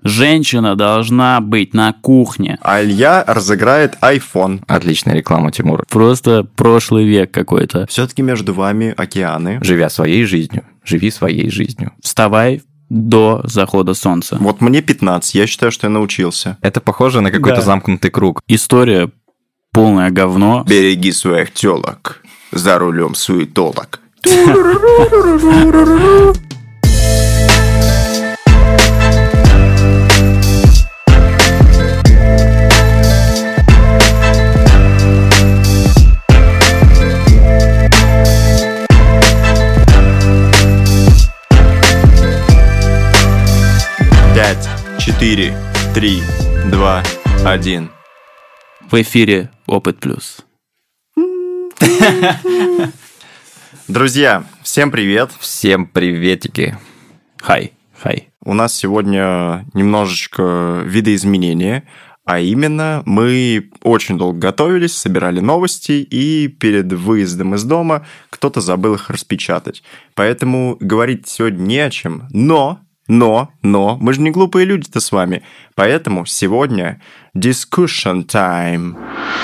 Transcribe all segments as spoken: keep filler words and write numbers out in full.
Женщина должна быть на кухне. А Илья разыграет iPhone. Отличная реклама, Тимур. Просто прошлый век какой-то. Все-таки между вами океаны. Живя своей жизнью, живи своей жизнью. Вставай до захода солнца. Вот мне пятнадцать, я считаю, что я научился. Это похоже на какой-то Да. замкнутый круг. История полное говно. Береги своих телок, за рулем суетолог. Пять, четыре, три, два, один. В эфире Опыт Плюс. Друзья, всем привет. Всем приветики. Хай, хай. У нас сегодня немножечко видоизменения, а именно мы очень долго готовились, собирали новости, и перед выездом из дома кто-то забыл их распечатать. Поэтому говорить сегодня не о чем, но... Но, но, мы же не глупые люди-то с вами. Поэтому сегодня discussion time.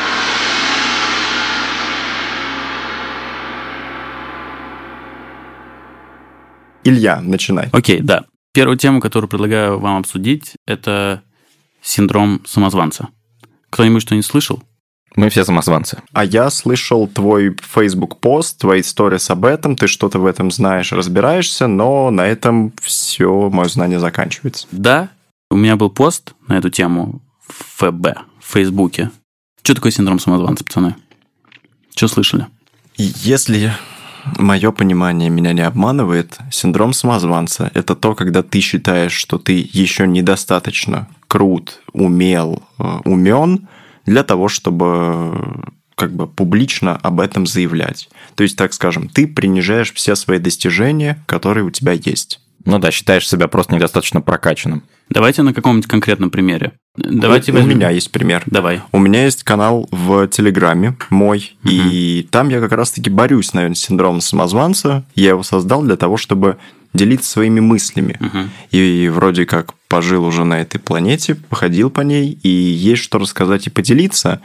Илья, начинай. Окей, да. Первую тему, которую предлагаю вам обсудить, это синдром самозванца. Кто-нибудь что-нибудь слышал? Мы все самозванцы. А я слышал твой Facebook-пост, твои сторис об этом, ты что-то в этом знаешь, разбираешься, но на этом все мое знание заканчивается. Да, у меня был пост на эту тему в эф бэ, в Фейсбуке. Что такое синдром самозванца, пацаны? Что слышали? Если мое понимание меня не обманывает, синдром самозванца – это то, когда ты считаешь, что ты еще недостаточно крут, умел, умен для того, чтобы как бы публично об этом заявлять. То есть, так скажем, ты принижаешь все свои достижения, которые у тебя есть. Ну да, считаешь себя просто недостаточно прокачанным. Давайте на каком-нибудь конкретном примере. Давайте у, возьмем... у меня есть пример. Давай. У меня есть канал в Телеграме мой, угу. И там я как раз-таки борюсь, наверное, с синдромом самозванца. Я его создал для того, чтобы делиться своими мыслями. Угу. И вроде как пожил уже на этой планете, походил по ней, и есть что рассказать и поделиться.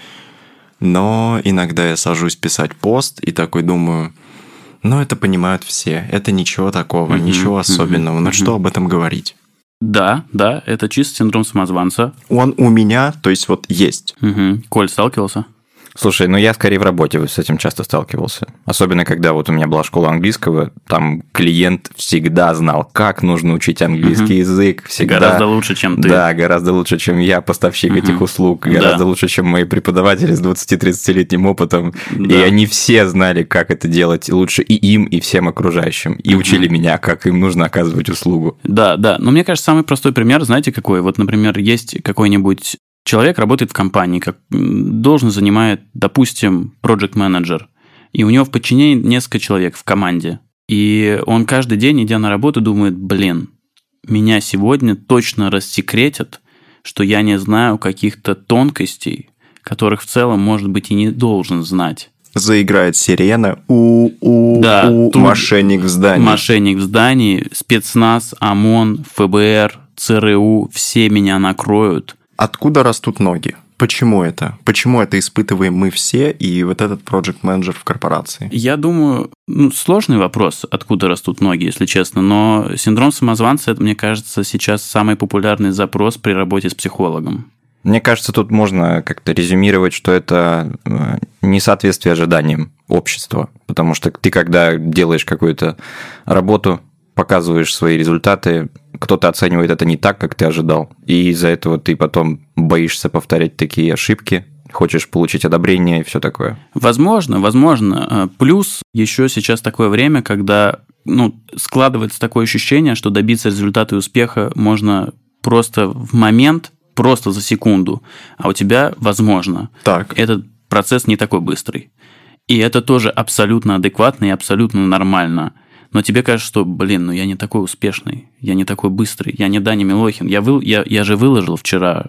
Но иногда я сажусь писать пост и такой думаю... Ну, это понимают все. Это ничего такого, mm-hmm, ничего особенного. Mm-hmm, Но mm-hmm. что об этом говорить? Да, да, это чисто синдром самозванца. Он у меня, то есть вот есть. Угу. Коль, сталкивался? Слушай, ну я скорее в работе с этим часто сталкивался. Особенно, когда вот у меня была школа английского, там клиент всегда знал, как нужно учить английский угу. язык. Всегда. Гораздо лучше, чем ты. Да, гораздо лучше, чем я, поставщик угу. этих услуг. Гораздо да. лучше, чем мои преподаватели с двадцати-тридцатилетним опытом. Да. И они все знали, как это делать лучше и им, и всем окружающим. И угу. учили меня, как им нужно оказывать услугу. Да, да. Но мне кажется, самый простой пример, знаете, какой? Вот, например, есть какой-нибудь... Человек работает в компании, как должность занимает, допустим, проект-менеджер, и у него в подчинении несколько человек в команде. И он каждый день, идя на работу, думает, блин, меня сегодня точно рассекретят, что я не знаю каких-то тонкостей, которых в целом, может быть, и не должен знать. Заиграет сирена, у-у-у, да, мошенник в здании. Мошенник в здании, спецназ, ОМОН, эф бэ эр, цэ эр у, все меня накроют. Откуда растут ноги? Почему это? Почему это испытываем мы все и вот этот проект-менеджер в корпорации? Я думаю, ну, сложный вопрос, откуда растут ноги, если честно, но синдром самозванца, это, мне кажется, сейчас самый популярный запрос при работе с психологом. Мне кажется, тут можно как-то резюмировать, что это несоответствие ожиданиям общества, потому что ты, когда делаешь какую-то работу, показываешь свои результаты, кто-то оценивает это не так, как ты ожидал, и из-за этого ты потом боишься повторять такие ошибки, хочешь получить одобрение и все такое. Возможно, возможно. Плюс еще сейчас такое время, когда ну, складывается такое ощущение, что добиться результата и успеха можно просто в момент, просто за секунду, а у тебя, возможно, так. этот процесс не такой быстрый. И это тоже абсолютно адекватно и абсолютно нормально. Но тебе кажется, что, блин, ну я не такой успешный, я не такой быстрый, я не Даня Милохин. Я, вы, я, я же выложил вчера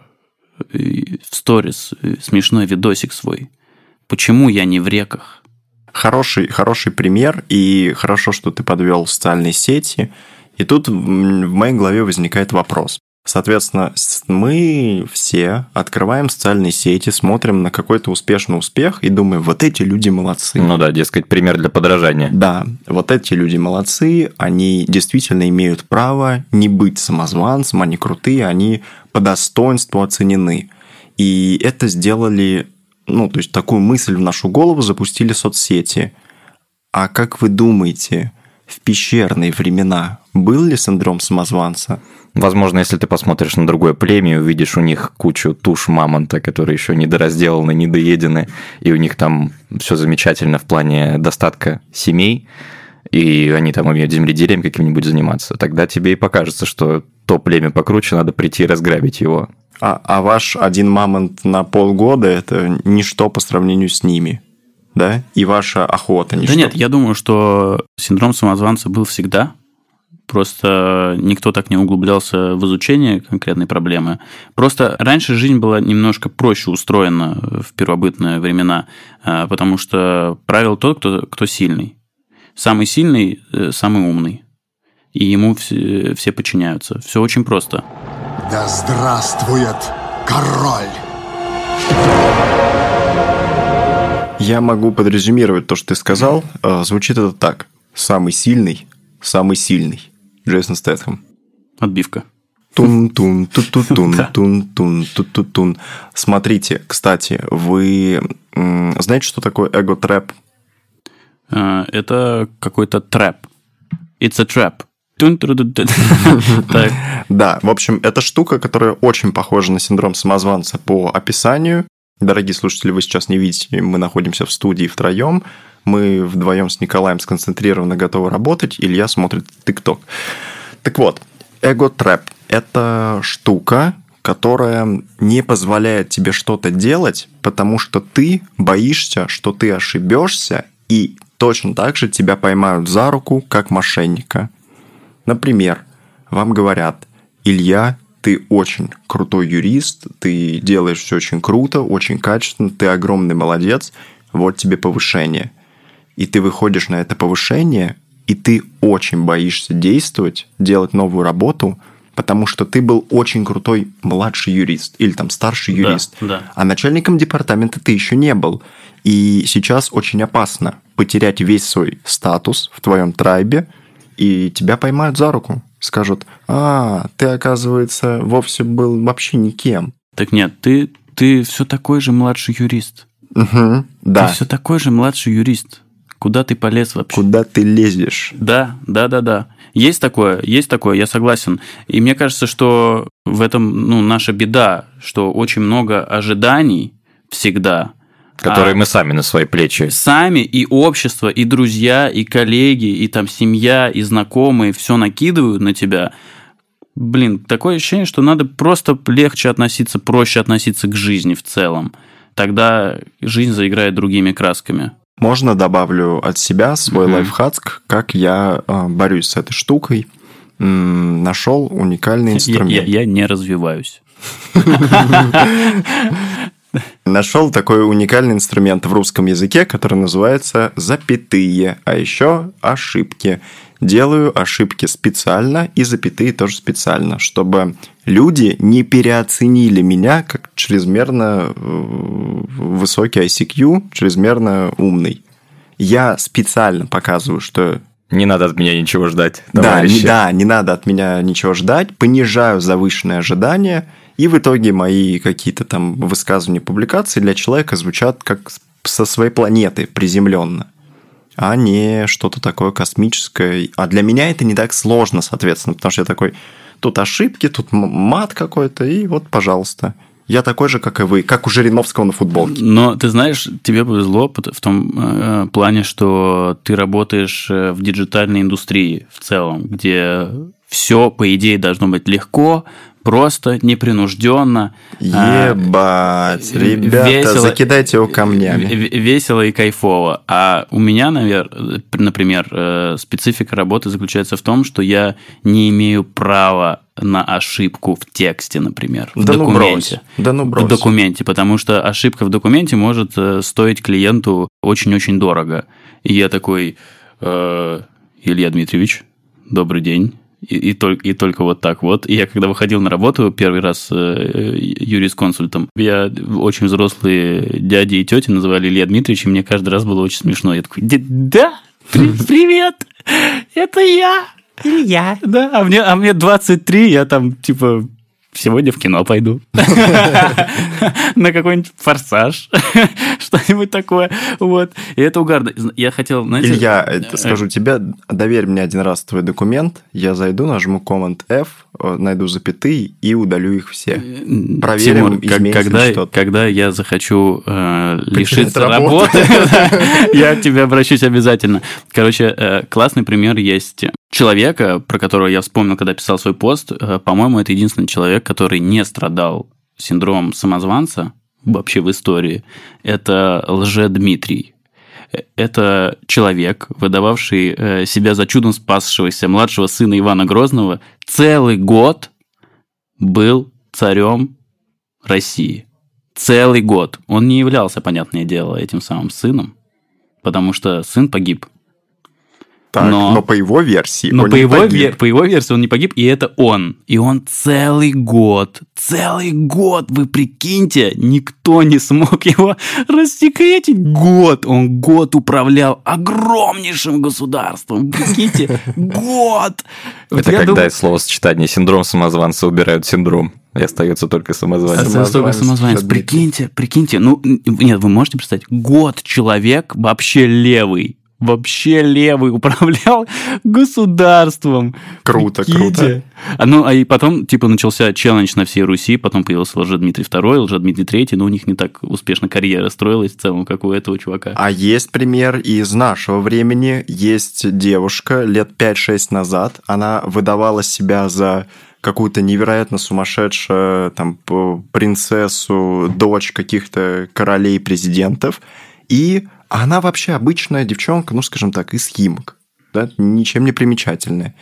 в сторис смешной видосик свой. Почему я не в реках? Хороший, хороший пример, и хорошо, что ты подвел социальные сети. И тут в моей голове возникает вопрос. Соответственно, мы все открываем социальные сети, смотрим на какой-то успешный успех и думаем, вот эти люди молодцы. Ну да, дескать, пример для подражания. Да, вот эти люди молодцы, они действительно имеют право не быть самозванцем, они крутые, они по достоинству оценены. И это сделали, ну, то есть такую мысль в нашу голову запустили соцсети. А как вы думаете, в пещерные времена был ли синдром самозванца? Возможно, если ты посмотришь на другое племя, увидишь у них кучу туш мамонта, которые еще недоразделаны, недоедены, и у них там все замечательно в плане достатка семей, и они там умеют земледелием каким-нибудь заниматься, тогда тебе и покажется, что то племя покруче, надо прийти и разграбить его. А, а ваш один мамонт на полгода – это ничто по сравнению с ними, да? И ваша охота – ничто. Да нет, я думаю, что синдром самозванца был всегда. Просто никто так не углублялся в изучение конкретной проблемы. Просто раньше жизнь была немножко проще устроена в первобытные времена, потому что правил тот, кто, кто сильный. Самый сильный – самый умный. И ему все, все подчиняются. Все очень просто. Да здравствует король! Я могу подрезюмировать то, что ты сказал. Звучит это так. Самый сильный, самый сильный. Джейсон Стэтхэм. Отбивка. Тун-тун, ту-ту-тун, тун-тун, ту-ту-тун. Смотрите, кстати, вы знаете, что такое эго-трэп? Это какой-то трэп. It's a trap. Да, в общем, это штука, которая очень похожа на синдром самозванца по описанию. Дорогие слушатели, вы сейчас не видите, мы находимся в студии втроем. Мы вдвоем с Николаем сконцентрированно готовы работать. Илья смотрит ТикТок. Так вот, эго-трэп – это штука, которая не позволяет тебе что-то делать, потому что ты боишься, что ты ошибешься, и точно так же тебя поймают за руку, как мошенника. Например, вам говорят: Илья, ты очень крутой юрист, ты делаешь все очень круто, очень качественно, ты огромный молодец, вот тебе повышение. И ты выходишь на это повышение, и ты очень боишься действовать, делать новую работу, потому что ты был очень крутой младший юрист или там старший юрист. Да, да. А начальником департамента ты еще не был. И сейчас очень опасно потерять весь свой статус в твоем трайбе, и тебя поймают за руку. Скажут: а, ты, оказывается, вовсе был вообще никем. Так нет, ты, ты все такой же младший юрист. Угу, да. Ты все такой же младший юрист. Куда ты полез вообще? Куда ты лезешь? Да, да, да, да. Есть такое, есть такое, я согласен. И мне кажется, что в этом, ну, наша беда, что очень много ожиданий всегда. Которые а мы сами на свои плечи. Сами, и общество, и друзья, и коллеги, и там семья, и знакомые все накидывают на тебя. Блин, такое ощущение, что надо просто легче относиться, проще относиться к жизни в целом. Тогда жизнь заиграет другими красками. Можно добавлю от себя свой mm-hmm. лайфхак, как я э, борюсь с этой штукой. М-м, нашел уникальный инструмент. Я, я, я не развиваюсь. Нашел такой уникальный инструмент в русском языке, который называется запятые, а еще ошибки. Делаю ошибки специально и запятые тоже специально, чтобы люди не переоценили меня как чрезмерно высокий ай си кью, чрезмерно умный. Я специально показываю, что... Не надо от меня ничего ждать, да, не, да, не надо от меня ничего ждать, понижаю завышенные ожидания, и в итоге мои какие-то там высказывания, публикации для человека звучат как со своей планеты, приземленно, а не что-то такое космическое. А для меня это не так сложно, соответственно, потому что я такой: тут ошибки, тут мат какой-то, и вот, пожалуйста. Я такой же, как и вы, как у Жириновского на футболке. Но ты знаешь, тебе повезло в том э, плане, что ты работаешь в диджитальной индустрии в целом, где все, по идее, должно быть легко, просто, непринужденно. Ебать, ребята, весело, закидайте его камнями. Весело и кайфово. А у меня, например, специфика работы заключается в том, что я не имею права на ошибку в тексте, например, в да документе. Ну да ну брось. В документе, потому что ошибка в документе может стоить клиенту очень-очень дорого. И я такой: э, Илья Дмитриевич, добрый день. И, и, только, и только вот так вот. И я когда выходил на работу первый раз э, юрисконсультом, я очень взрослые дяди и тети называли Илья Дмитриевич, и мне каждый раз было очень смешно. Я такой, да, привет, это я, Илья. Да, а мне, а мне двадцать три, я там типа... Сегодня в кино пойду. На какой-нибудь «Форсаж». Что-нибудь такое. Вот. И это угарно. Я хотел, знаете... Илья, скажу тебе, доверь мне один раз твой документ, я зайду, нажму Command-F, найду запятые и удалю их все. Проверим, изменится ли что-то. Когда я захочу лишиться работы, я к тебе обращусь обязательно. Короче, классный пример есть... Человека, про которого я вспомнил, когда писал свой пост, по-моему, это единственный человек, который не страдал синдромом самозванца вообще в истории. Это Лжедмитрий. Это человек, выдававший себя за чудом спасшегося младшего сына Ивана Грозного, целый год был царем России. Целый год. Он не являлся, понятное дело, этим самым сыном, потому что сын погиб. Так, но, но по его версии но он по не его погиб. Вер, по его версии он не погиб, и это он. И он целый год, целый год, вы прикиньте, никто не смог его рассекретить. Год, он год управлял огромнейшим государством. Прикиньте, год. Это когда из словосочетания синдром самозванца убирают синдром, и остается только самозванец. Остается только самозванец. Прикиньте, прикиньте, ну, нет, вы можете представить, год человек вообще левый. Вообще левый управлял государством. Круто, Прикиньте. круто. А, ну, а и потом, типа, начался челлендж на всей Руси, потом появился Лжедмитрий второй, Лжедмитрий третий, но у них не так успешно карьера строилась в целом, как у этого чувака. А есть пример из нашего времени. Есть девушка лет пять-шесть назад, она выдавала себя за какую-то невероятно сумасшедшую там, принцессу, дочь каких-то королей, президентов, и она вообще обычная девчонка, ну, скажем так, из Химок, да, ничем не примечательная.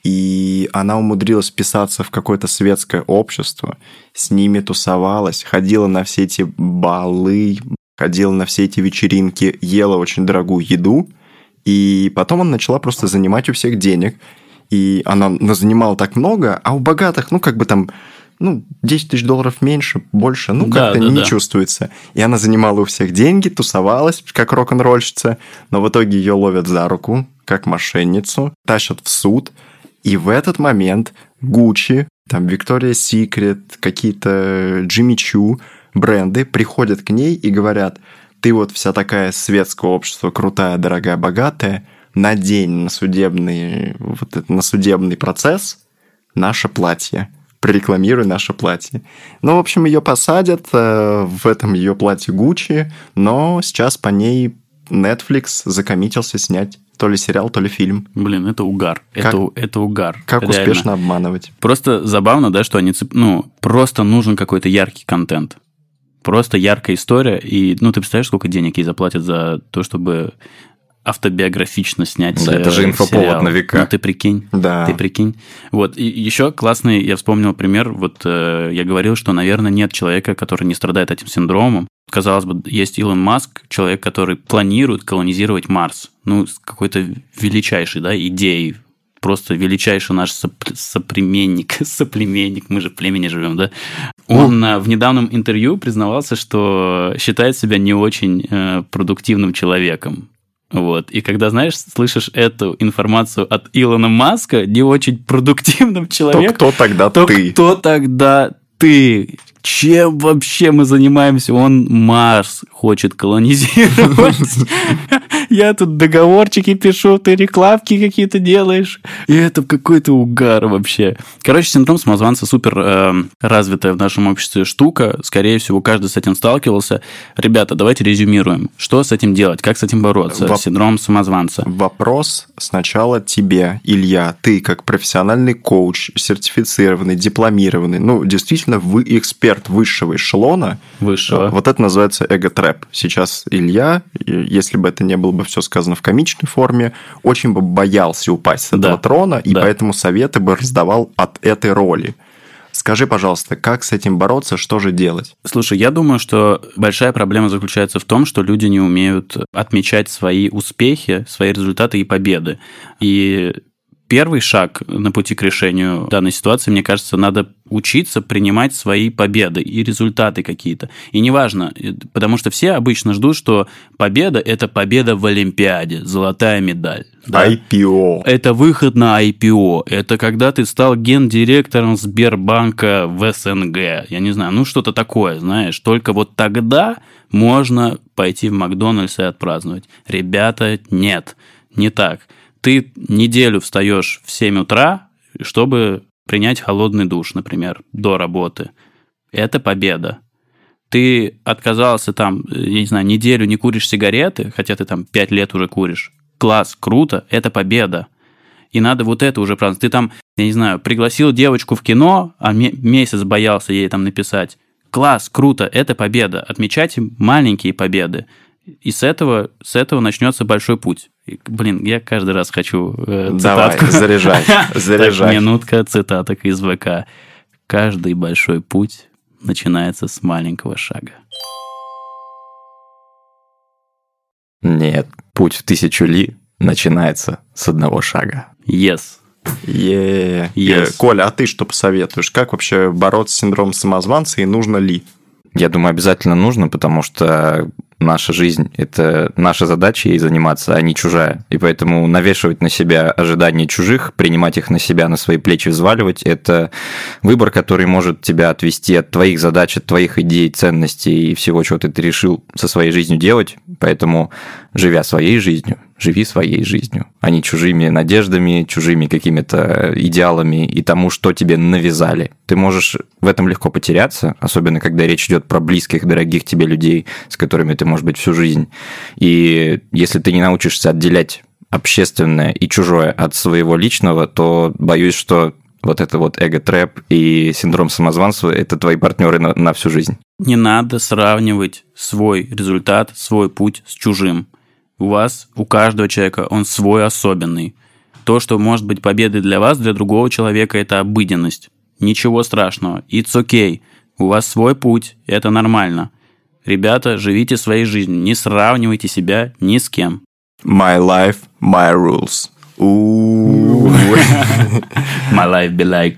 И она умудрилась вписаться в какое-то светское общество, с ними тусовалась, ходила на все эти балы, ходила на все эти вечеринки, ела очень дорогую еду, и потом она начала просто занимать у всех денег. И она занимала так много, а у богатых, ну, как бы там... ну, десять тысяч долларов меньше, больше, ну, да, как-то да, не да. чувствуется. И она занимала у всех деньги, тусовалась, как рок-н-ролльщица, но в итоге ее ловят за руку, как мошенницу, тащат в суд, и в этот момент Gucci, там, Victoria's Secret, какие-то Jimmy Choo бренды приходят к ней и говорят, ты вот вся такая светское общество, крутая, дорогая, богатая, надень на судебный, вот это, на судебный процесс наше платье. Прорекламируй наше платье. Ну, в общем, ее посадят э, в этом ее платье Gucci, но сейчас по ней Netflix закоммитился снять то ли сериал, то ли фильм. Блин, это угар. Как, это, это угар. Как реально. успешно обманывать. Просто забавно, да, что они... Цеп... Ну, просто нужен какой-то яркий контент. Просто яркая история. И, ну, ты представляешь, сколько денег ей заплатят за то, чтобы... автобиографично снять да, это же инфоповод сериал. на века. Ну, ты прикинь. Да. Ты прикинь. Вот. И еще классный, я вспомнил пример. Вот э, я говорил, что, наверное, нет человека, который не страдает этим синдромом. Казалось бы, есть Илон Маск, человек, который планирует колонизировать Марс. Ну, с какой-то величайшей, да, идеей. Просто величайший наш соп- соплеменник. Соплеменник, мы же в племени живем, да? Он mm. в недавнем интервью признавался, что считает себя не очень э, продуктивным человеком. Вот. И когда, знаешь, слышишь эту информацию от Илона Маска, не очень продуктивным человеком, то кто тогда то ты? кто тогда ты? Чем вообще мы занимаемся? Он Марс хочет колонизировать. Я тут договорчики пишу, ты рекламки какие-то делаешь. И это какой-то угар вообще. Короче, синдром самозванца супер э, развитая в нашем обществе штука. Скорее всего, каждый с этим сталкивался. Ребята, давайте резюмируем. Что с этим делать? Как с этим бороться? Воп... Синдром самозванца. Вопрос сначала тебе, Илья. Ты как профессиональный коуч, сертифицированный, дипломированный, ну, действительно, вы эксперт высшего эшелона. Высшего. Вот это называется эго-трэп. Сейчас Илья, если бы это не было бы все сказано в комичной форме, очень бы боялся упасть с этого да. трона, и да. поэтому советы бы раздавал от этой роли. Скажи, пожалуйста, как с этим бороться, что же делать? Слушай, я думаю, что большая проблема заключается в том, что люди не умеют отмечать свои успехи, свои результаты и победы. И первый шаг на пути к решению данной ситуации, мне кажется, надо учиться принимать свои победы и результаты какие-то. И неважно, потому что все обычно ждут, что победа – это победа в Олимпиаде, золотая медаль. Да? ай пи о. Это выход на ай пи о. Это когда ты стал гендиректором Сбербанка в эс эн гэ. Я не знаю, ну что-то такое, знаешь. Только вот тогда можно пойти в Макдональдс и отпраздновать. Ребята, нет, не так. Ты неделю встаешь в семь утра, чтобы принять холодный душ, например, до работы. Это победа. Ты отказался там, я не знаю, неделю не куришь сигареты, хотя ты там пять лет уже куришь. Класс, круто, это победа. И надо вот это уже праздновать. Ты там, я не знаю, пригласил девочку в кино, а месяц боялся ей там написать. Класс, круто, это победа. Отмечайте маленькие победы. И с этого, с этого начнется большой путь. И, блин, я каждый раз хочу э, цитатку. Давай, заряжай, заряжай. Так, минутка цитаток из вэ ка. Каждый большой путь начинается с маленького шага. Нет, путь в тысячу ли начинается с одного шага. Yes. Е-е-е. Yes. Коля, а ты что посоветуешь? Как вообще бороться с синдромом самозванца и нужно ли? Я думаю, обязательно нужно, потому что наша жизнь – это наша задача ей заниматься, а не чужая. И поэтому навешивать на себя ожидания чужих, принимать их на себя, на свои плечи взваливать – это выбор, который может тебя отвести от твоих задач, от твоих идей, ценностей и всего, чего ты решил со своей жизнью делать. Поэтому, живя своей жизнью, живи своей жизнью, а не чужими надеждами, чужими какими-то идеалами и тому, что тебе навязали. Ты можешь в этом легко потеряться, особенно когда речь идет про близких, дорогих тебе людей, с которыми ты, может быть, всю жизнь. И если ты не научишься отделять общественное и чужое от своего личного, то боюсь, что вот это вот эго-трэп и синдром самозванства – это твои партнеры на, на всю жизнь. Не надо сравнивать свой результат, свой путь с чужим. У вас, у каждого человека, он свой особенный. То, что может быть победой для вас, для другого человека, это обыденность. Ничего страшного. It's okay. У вас свой путь, это нормально. Ребята, живите своей жизнью, не сравнивайте себя ни с кем. My life, my rules. My life be like...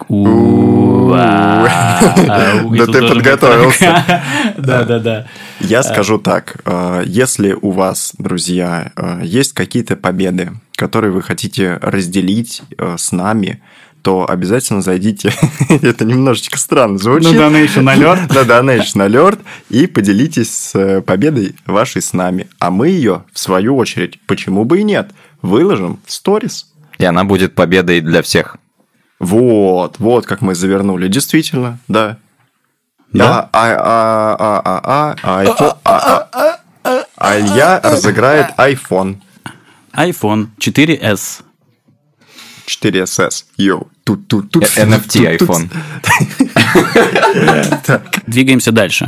Да ты подготовился. Да-да-да. Я скажу так. Если у вас, друзья, есть какие-то победы, которые вы хотите разделить с нами, то обязательно зайдите, это немножечко странно звучит, на Donation Alert. на Donation Alert и поделитесь победой вашей с нами. А мы ее, в свою очередь, почему бы и нет, выложим в сторис. И она будет победой для всех. Вот, вот как мы завернули. Действительно, да. Да? А, а, а, а, а, iPhone, а, а, а Илья разыграет iPhone. iPhone четыре эс. четыре эс эс. Йоу. Тут, тут, тут. эн эф ти iPhone. Двигаемся дальше.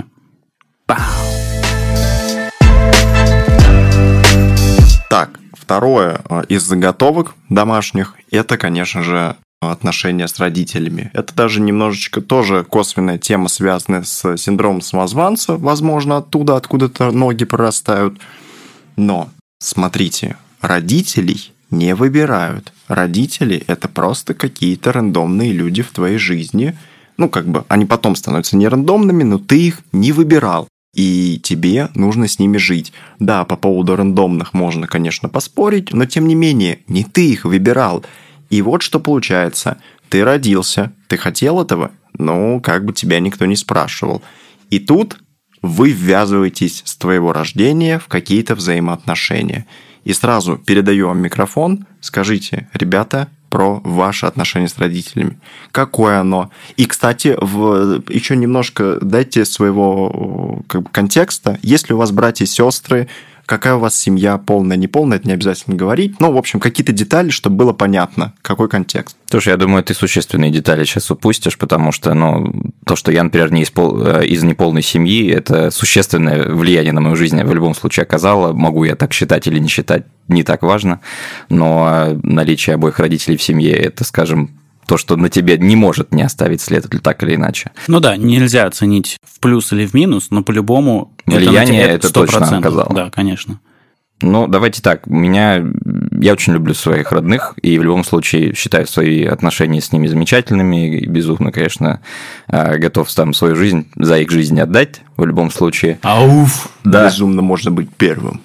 Так, второе из заготовок домашних, это, конечно же, отношения с родителями. Это даже немножечко тоже косвенная тема, связанная с синдромом самозванца, возможно, оттуда, откуда-то ноги прорастают. Но, смотрите, родителей не выбирают. Родители – это просто какие-то рандомные люди в твоей жизни. Ну, как бы, они потом становятся не рандомными, но ты их не выбирал. И тебе нужно с ними жить. Да, по поводу рандомных можно, конечно, поспорить, но тем не менее, не ты их выбирал. И вот что получается. Ты родился, ты хотел этого, но как бы тебя никто не спрашивал. И тут вы ввязываетесь с твоего рождения в какие-то взаимоотношения. И сразу передаю вам микрофон. Скажите, ребята, про ваши отношения с родителями. Какое оно? И, кстати, в... еще немножко дайте своего как бы, контекста. Есть ли у вас братья и сестры? Какая у вас семья, полная, неполная, это не обязательно говорить. Ну, в общем, какие-то детали, чтобы было понятно, какой контекст. Слушай, я думаю, ты существенные детали сейчас упустишь, потому что, ну, то, что я, например, не из, пол... из неполной семьи, это существенное влияние на мою жизнь в любом случае оказало. Могу я так считать или не считать, не так важно. Но наличие обоих родителей в семье – это, скажем, то, что на тебе не может не оставить след, так или иначе. Ну да, нельзя оценить в плюс или в минус, но по-любому влияние это, это точно оказало. Да, конечно. Ну, давайте так, у меня я очень люблю своих родных, и в любом случае считаю свои отношения с ними замечательными, и безумно, конечно, готов там свою жизнь за их жизнь отдать в любом случае. Ауф! Да. Безумно можно быть первым.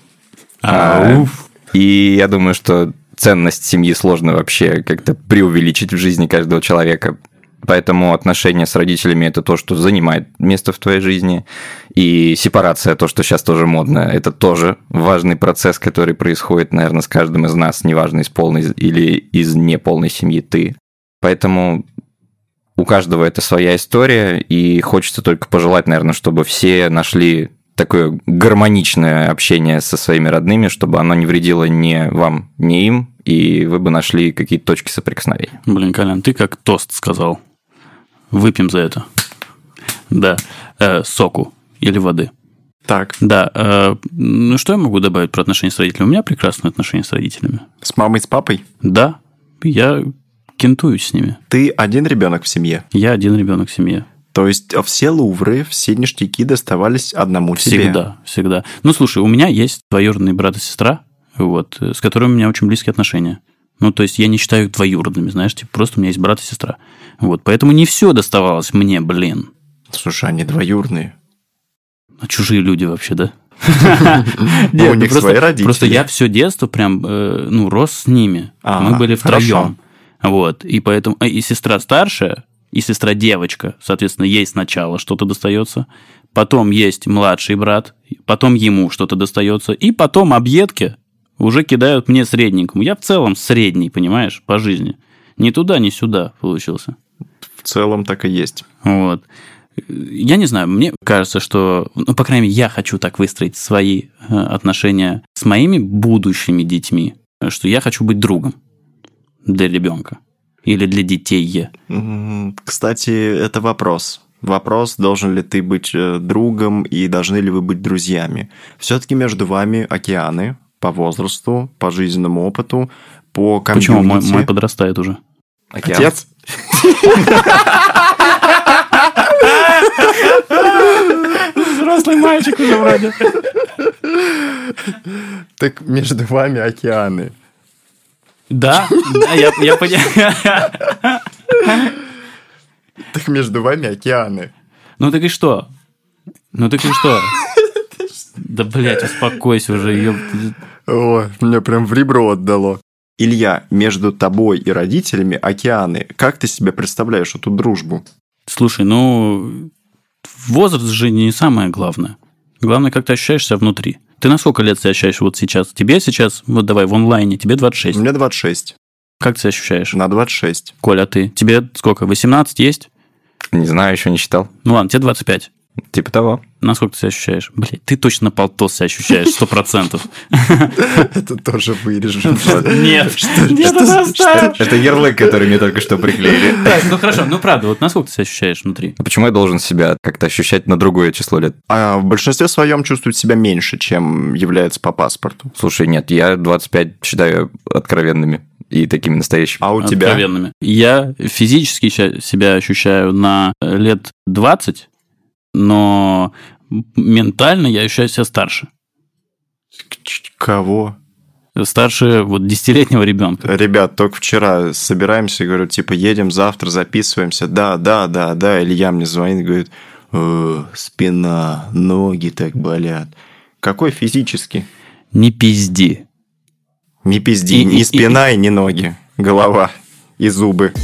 Ауф! И я думаю, что ценность семьи сложно вообще как-то преувеличить в жизни каждого человека. Поэтому отношения с родителями – это то, что занимает место в твоей жизни. И сепарация, то, что сейчас тоже модно, это тоже важный процесс, который происходит, наверное, с каждым из нас, неважно, из полной или из неполной семьи ты. Поэтому у каждого это своя история, и хочется только пожелать, наверное, чтобы все нашли такое гармоничное общение со своими родными, чтобы оно не вредило ни вам, ни им, и вы бы нашли какие-то точки соприкосновения. Блин, Колян, ты как тост сказал. Выпьем за это. Да. Э, соку или воды. Так, Да. Э, ну, что я могу добавить про отношения с родителями? У меня прекрасные отношения с родителями. с мамой, с папой? Да. Я кентуюсь с ними. Ты один ребенок в семье. Я один ребенок в семье. То есть все лувры, все ништяки доставались одному тебе? Всегда, всегда. Ну, слушай, у меня есть двоюродный брат и сестра, вот, с которыми у меня очень близкие отношения. Ну, то есть, я не считаю их двоюродными, знаешь, типа, просто у меня есть брат и сестра. Вот, поэтому не все доставалось мне, блин. Слушай, они двоюродные. А чужие люди вообще, да? Ну, у них свои родители. Просто я все детство прям, э, ну, рос с ними. А, Мы были хорошо. втроем. Вот, и поэтому... И сестра старшая, и сестра девочка, соответственно, ей сначала что-то достается, потом есть младший брат, потом ему что-то достается, и потом объедки уже кидают мне средненькому. Я в целом средний, понимаешь, по жизни. Ни туда, ни сюда получился. В целом так и есть. Вот. Я не знаю, мне кажется, что, ну, по крайней мере, я хочу так выстроить свои отношения с моими будущими детьми, что я хочу быть другом для ребенка или для детей. Кстати, это вопрос. Вопрос, должен ли ты быть другом и должны ли вы быть друзьями. Все-таки между вами океаны по возрасту, по жизненному опыту, по комьюнити. Почему? Мой, мой подрастает уже. Океан. Отец? Взрослый мальчик уже вроде. Так между вами океаны. Да, да, я, я понимаю. Так между вами океаны. Ну так и что? Ну так и что? Да, блядь, успокойся уже. Ёб... О, меня прям в ребро отдало. Илья, между тобой и родителями океаны. Как ты себе представляешь эту дружбу? Слушай, ну, возраст же не самое главное. Главное, как ты ощущаешь себя внутри. Ты на сколько лет себя ощущаешь вот сейчас? Тебе сейчас, вот давай, в онлайне, тебе двадцать шесть. Мне двадцать шесть. Как ты себя ощущаешь? На двадцать шесть. Коля, а ты? Тебе сколько, восемнадцать есть? Не знаю, еще не считал. Ну ладно, тебе двадцать пять. Типа того. Насколько ты себя ощущаешь? Блядь, ты точно на полтос себя ощущаешь, сто процентов. Это тоже вырежем. Нет, нет, это оставь. Это ярлык, который мне только что приклеили. Так, ну хорошо, ну правда, вот насколько ты себя ощущаешь внутри? А почему я должен себя как-то ощущать на другое число лет? А в большинстве своем чувствует себя меньше, чем является по паспорту. Слушай, нет, я двадцать пять считаю откровенными и такими настоящими. А у тебя? Откровенными. Я физически ща- себя ощущаю на лет двадцать, но ментально я ощущаю себя старше. Кого? Старше вот десятилетнего ребенка. Ребят, только вчера собираемся, говорю, типа, едем завтра, записываемся. Да, да, да, да. Илья мне звонит, говорит, «Э, спина, ноги так болят. Какой физически? Не пизди. Не пизди, И- ни и- спина и ни ноги. Голова и зубы.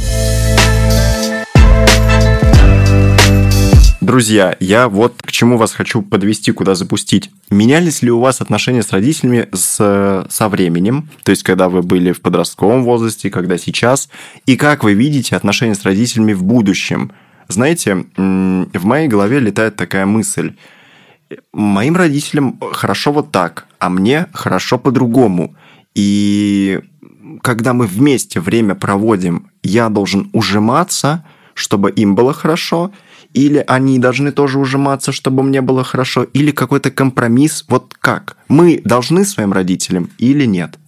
Друзья, я вот к чему вас хочу подвести, куда запустить. Менялись ли у вас отношения с родителями с, со временем? То есть, когда вы были в подростковом возрасте, когда сейчас? И как вы видите отношения с родителями в будущем? Знаете, в моей голове летает такая мысль. Моим родителям хорошо вот так, а мне хорошо по-другому. И когда мы вместе время проводим, я должен ужиматься, чтобы им было хорошо, или они должны тоже ужиматься, чтобы мне было хорошо, или какой-то компромисс. Вот как? Мы должны своим родителям или нет?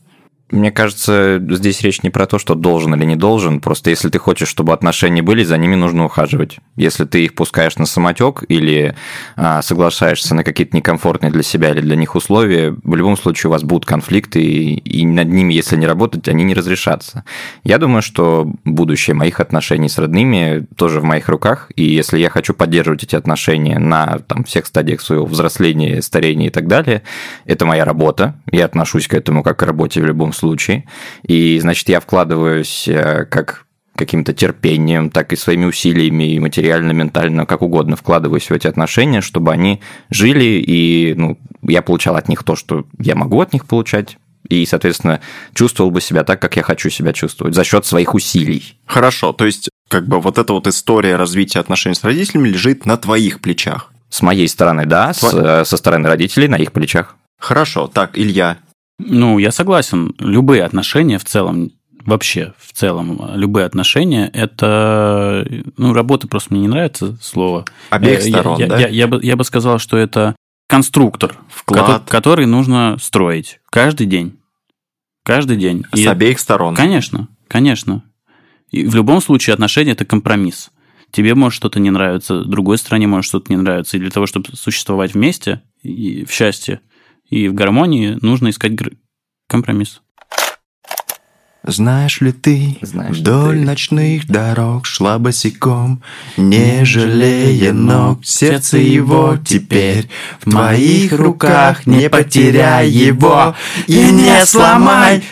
Мне кажется, здесь речь не про то, что должен или не должен, просто если ты хочешь, чтобы отношения были, за ними нужно ухаживать. Если ты их пускаешь на самотек или а, соглашаешься на какие-то некомфортные для себя или для них условия, в любом случае у вас будут конфликты, и, и над ними, если не работать, они не разрешатся. Я думаю, что будущее моих отношений с родными тоже в моих руках, и если я хочу поддерживать эти отношения на там, всех стадиях своего взросления, старения и так далее, это моя работа, я отношусь к этому как к работе в любом случае. случае. И, значит, я вкладываюсь как каким-то терпением, так и своими усилиями, и материально, ментально, как угодно вкладываюсь в эти отношения, чтобы они жили, и ну, я получал от них то, что я могу от них получать, и, соответственно, чувствовал бы себя так, как я хочу себя чувствовать, за счет своих усилий. Хорошо, то есть, как бы вот эта вот история развития отношений с родителями лежит на твоих плечах. С моей стороны, да, Тво... с, со стороны родителей на их плечах. Хорошо, так, Илья. Ну, я согласен. Любые отношения в целом, вообще в целом, любые отношения, это... Ну, работа просто мне не нравится слово. Обеих сторон, я, да? Я, я, я, бы, я бы сказал, что это конструктор, вклад, который, который нужно строить каждый день. Каждый день. С И обеих сторон. Конечно, конечно. И в любом случае отношения – это компромисс. Тебе может что-то не нравиться, другой стороне может что-то не нравиться. И для того, чтобы существовать вместе и в счастье, и в гармонии, нужно искать компромисс. Знаешь ли ты, Знаешь вдоль ли ты? ночных дорог шла босиком, не жалея ног, сердце его теперь в твоих руках, не потеряй его и не сломай.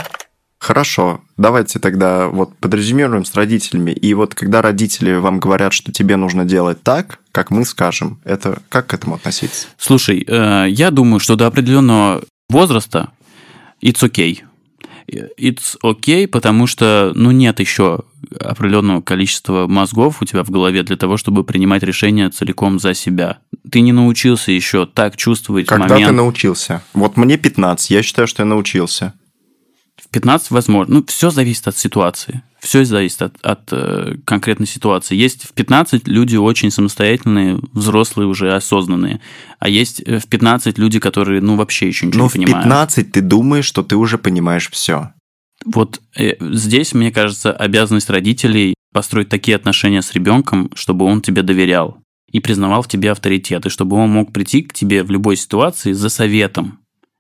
Хорошо, давайте тогда вот подрезюмируем с родителями. И вот когда родители вам говорят, что тебе нужно делать так, как мы скажем, это как к этому относиться? Слушай, я думаю, что до определенного возраста it's okay. It's okay, потому что, ну, нет еще определенного количества мозгов у тебя в голове для того, чтобы принимать решения целиком за себя. Ты не научился еще так чувствовать Когда момент... ты научился? Вот мне пятнадцать, я считаю, что я научился. В пятнадцать возможно. Ну, все зависит от ситуации. Все зависит от, от э, конкретной ситуации. Есть в пятнадцать люди очень самостоятельные, взрослые уже, осознанные. А есть в пятнадцать люди, которые, ну, вообще еще ничего Но не в понимают. пятнадцать ты думаешь, что ты уже понимаешь все. Вот э, здесь, мне кажется, обязанность родителей построить такие отношения с ребенком, чтобы он тебе доверял и признавал в тебе авторитет, и чтобы он мог прийти к тебе в любой ситуации за советом.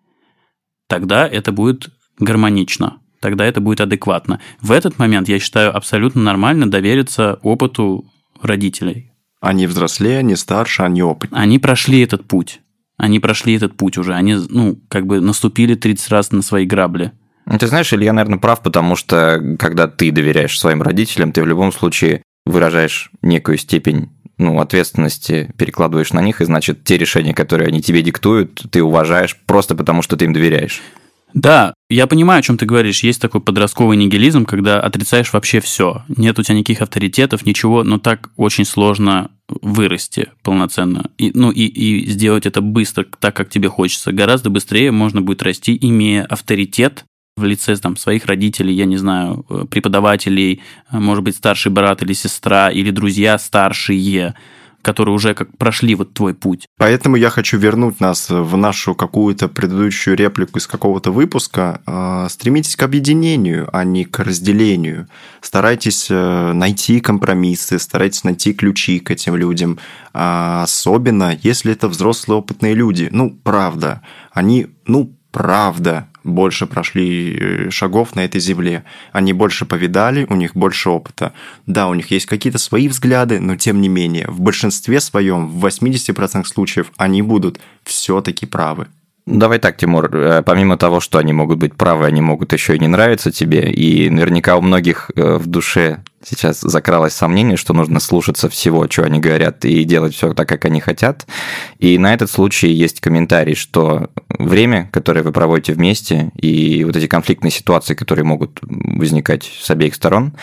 Тогда это будет гармонично, тогда это будет адекватно. В этот момент, я считаю, абсолютно нормально довериться опыту родителей. Они взрослее, они старше, они опытнее. Они прошли этот путь. Они прошли этот путь уже. Они, ну, как бы наступили тридцать раз на свои грабли. Ты знаешь, Илья, наверное, прав, потому что когда ты доверяешь своим родителям, ты в любом случае выражаешь некую степень ну, ответственности, перекладываешь на них, и значит, те решения, которые они тебе диктуют, ты уважаешь просто потому, что ты им доверяешь. Да, я понимаю, о чем ты говоришь. Есть такой подростковый нигилизм, когда отрицаешь вообще все. Нет у тебя никаких авторитетов, ничего, но так очень сложно вырасти полноценно. И, ну и, и сделать это быстро, так, как тебе хочется. Гораздо быстрее можно будет расти, имея авторитет в лице там, своих родителей, я не знаю, преподавателей, может быть, старший брат или сестра, или друзья старшие, которые уже как прошли вот твой путь. Поэтому я хочу вернуть нас в нашу какую-то предыдущую реплику из какого-то выпуска. Стремитесь к объединению, а не к разделению. Старайтесь найти компромиссы, старайтесь найти ключи к этим людям. Особенно, если это взрослые опытные люди. Ну, правда. Они, ну, правда, больше прошли шагов на этой земле. Они больше повидали, у них больше опыта. Да, у них есть какие-то свои взгляды, но тем не менее, в большинстве своем, в восемьдесят процентов случаев, они будут все-таки правы. Давай так, Тимур, помимо того, что они могут быть правы, они могут еще и не нравиться тебе, и наверняка у многих в душе сейчас закралось сомнение, что нужно слушаться всего, что они говорят, и делать все так, как они хотят. И на этот случай есть комментарий, что время, которое вы проводите вместе, и вот эти конфликтные ситуации, которые могут возникать с обеих сторон,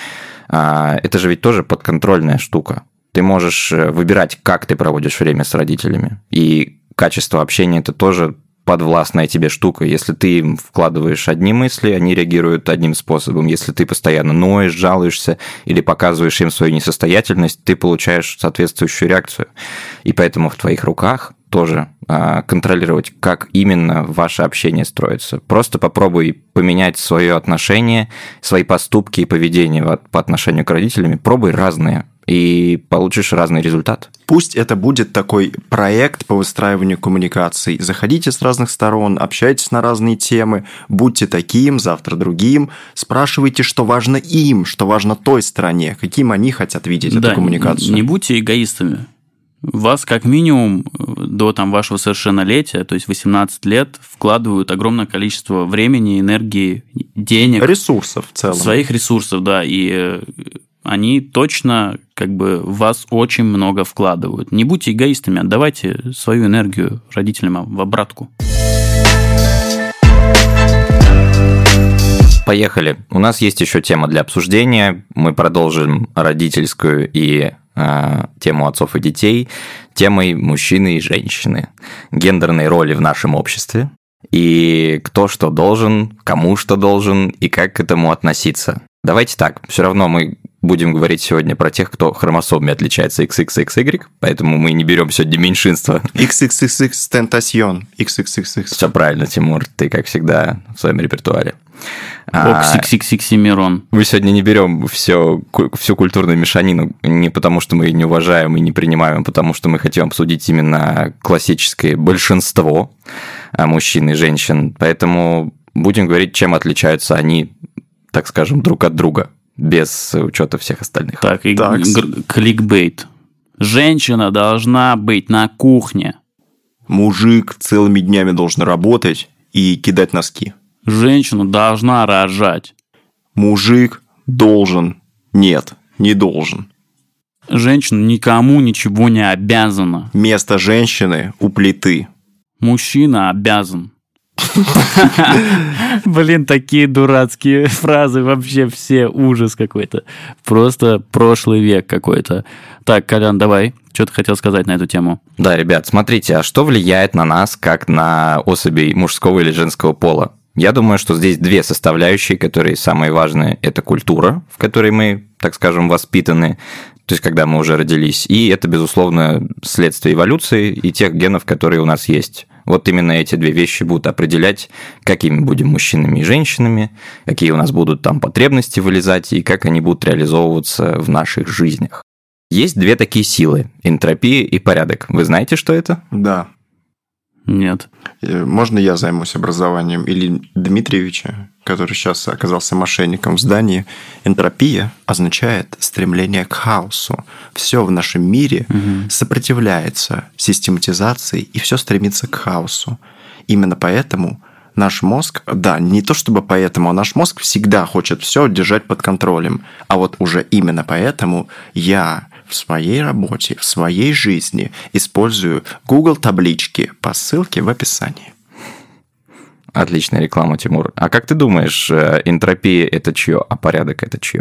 это же ведь тоже подконтрольная штука. Ты можешь выбирать, как ты проводишь время с родителями, и качество общения – это тоже подвластная тебе штука. Если ты им вкладываешь одни мысли, они реагируют одним способом. Если ты постоянно ноешь, жалуешься или показываешь им свою несостоятельность, ты получаешь соответствующую реакцию. И поэтому в твоих руках тоже а, контролировать, как именно ваше общение строится. Просто попробуй поменять свое отношение, свои поступки и поведение по отношению к родителям. Пробуй разные, и получишь разный результат. Пусть это будет такой проект по выстраиванию коммуникаций. Заходите с разных сторон, общайтесь на разные темы, будьте таким, завтра другим, спрашивайте, что важно им, что важно той стороне, каким они хотят видеть да, эту коммуникацию. Не будьте эгоистами. Вас как минимум до там, вашего совершеннолетия, то есть восемнадцать лет, вкладывают огромное количество времени, энергии, денег. Ресурсов в целом. Своих ресурсов, да, и они точно как бы в вас очень много вкладывают. Не будьте эгоистами, отдавайте свою энергию родителям в обратку. Поехали. У нас есть еще тема для обсуждения. Мы продолжим родительскую и э, тему отцов и детей темой мужчины и женщины, гендерные роли в нашем обществе и кто что должен, кому что должен и как к этому относиться. Давайте так, все равно мы будем говорить сегодня про тех, кто хромосомами отличается икс икс икс игрек, поэтому мы не берем сегодня меньшинство. икс икс икс икс Tentacion. икс икс икс икс. Все правильно, Тимур, ты, как всегда, в своем репертуаре. Оксиксиксиксимирон. Мы сегодня не берем все, всю культурную мешанину не потому, что мы ее не уважаем и не принимаем, а потому что мы хотим обсудить именно классическое большинство мужчин и женщин. Поэтому будем говорить, чем отличаются они, так скажем, друг от друга, без учета всех остальных. Так, и так. г- кликбейт. Женщина должна быть на кухне. Мужик целыми днями должен работать и кидать носки. Женщина должна рожать. Мужик должен. Нет, не должен. Женщина никому ничего не обязана. Место женщины у плиты. Мужчина обязан. Блин, такие дурацкие фразы, вообще все ужас какой-то. Просто прошлый век какой-то. Так, Колян, давай, что ты хотел сказать на эту тему? Да, ребят, смотрите, а что влияет на нас, как на особей мужского или женского пола? Я думаю, что здесь две составляющие, которые самые важные. Это культура, в которой мы, так скажем, воспитаны, то есть когда мы уже родились, и это, безусловно, следствие эволюции и тех генов, которые у нас есть. Вот именно эти две вещи будут определять, какими будем мужчинами и женщинами, какие у нас будут там потребности вылезать и как они будут реализовываться в наших жизнях. Есть две такие силы – энтропия и порядок. Вы знаете, что это? Да. Нет. Можно я займусь образованием Ильи Дмитриевича, который сейчас оказался мошенником в здании? Энтропия означает стремление к хаосу. Все в нашем мире угу. сопротивляется систематизации, и все стремится к хаосу. Именно поэтому наш мозг, да, не то чтобы поэтому, а наш мозг всегда хочет все держать под контролем. А вот уже именно поэтому я в своей работе, в своей жизни использую Google таблички по ссылке в описании. Отличная реклама, Тимур. А как ты думаешь, энтропия – это чье, а порядок – это чье?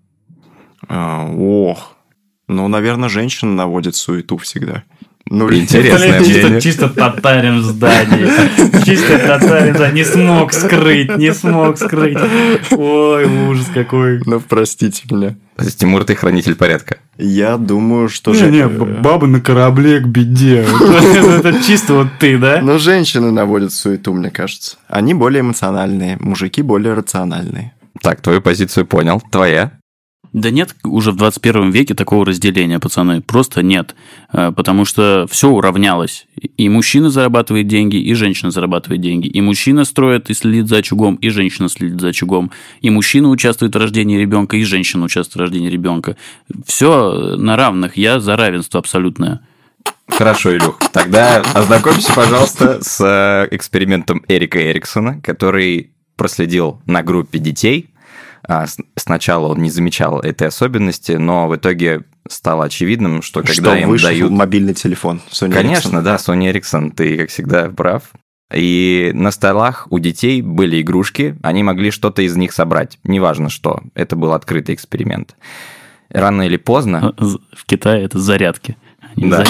Ох, ну, наверное, женщина наводит суету всегда. Ну, интересное Блин, чисто, мнение. чисто татарин в здании. Чисто татарин, да, не смог скрыть, не смог скрыть. Ой, ужас какой. Ну, простите меня. То есть, Тимур, ты хранитель порядка? Я думаю, что... Не, же... не, бабы на корабле к беде. Это чисто вот ты, да? Но женщины наводят суету, мне кажется. Они более эмоциональные, мужики более рациональные. Так, твою позицию понял. Твоя? Да нет уже в двадцать первом веке такого разделения, пацаны. Просто нет. Потому что все уравнялось. И мужчина зарабатывает деньги, и женщина зарабатывает деньги. И мужчина строит и следит за очагом, и женщина следит за очагом. И мужчина участвует в рождении ребенка, и женщина участвует в рождении ребенка. Все на равных. Я за равенство абсолютное. Хорошо, Илюх. Тогда ознакомься, пожалуйста, с экспериментом Эрика Эриксона, который проследил на группе детей. Сначала он не замечал этой особенности, но в итоге стало очевидным, что когда что им вышел дают... мобильный телефон Sony Конечно, Ericsson. Да, Sony Ericsson, ты, как всегда, прав. И на столах у детей были игрушки, они могли что-то из них собрать, неважно что. Это был открытый эксперимент. Рано или поздно... В Китае это зарядки. Да.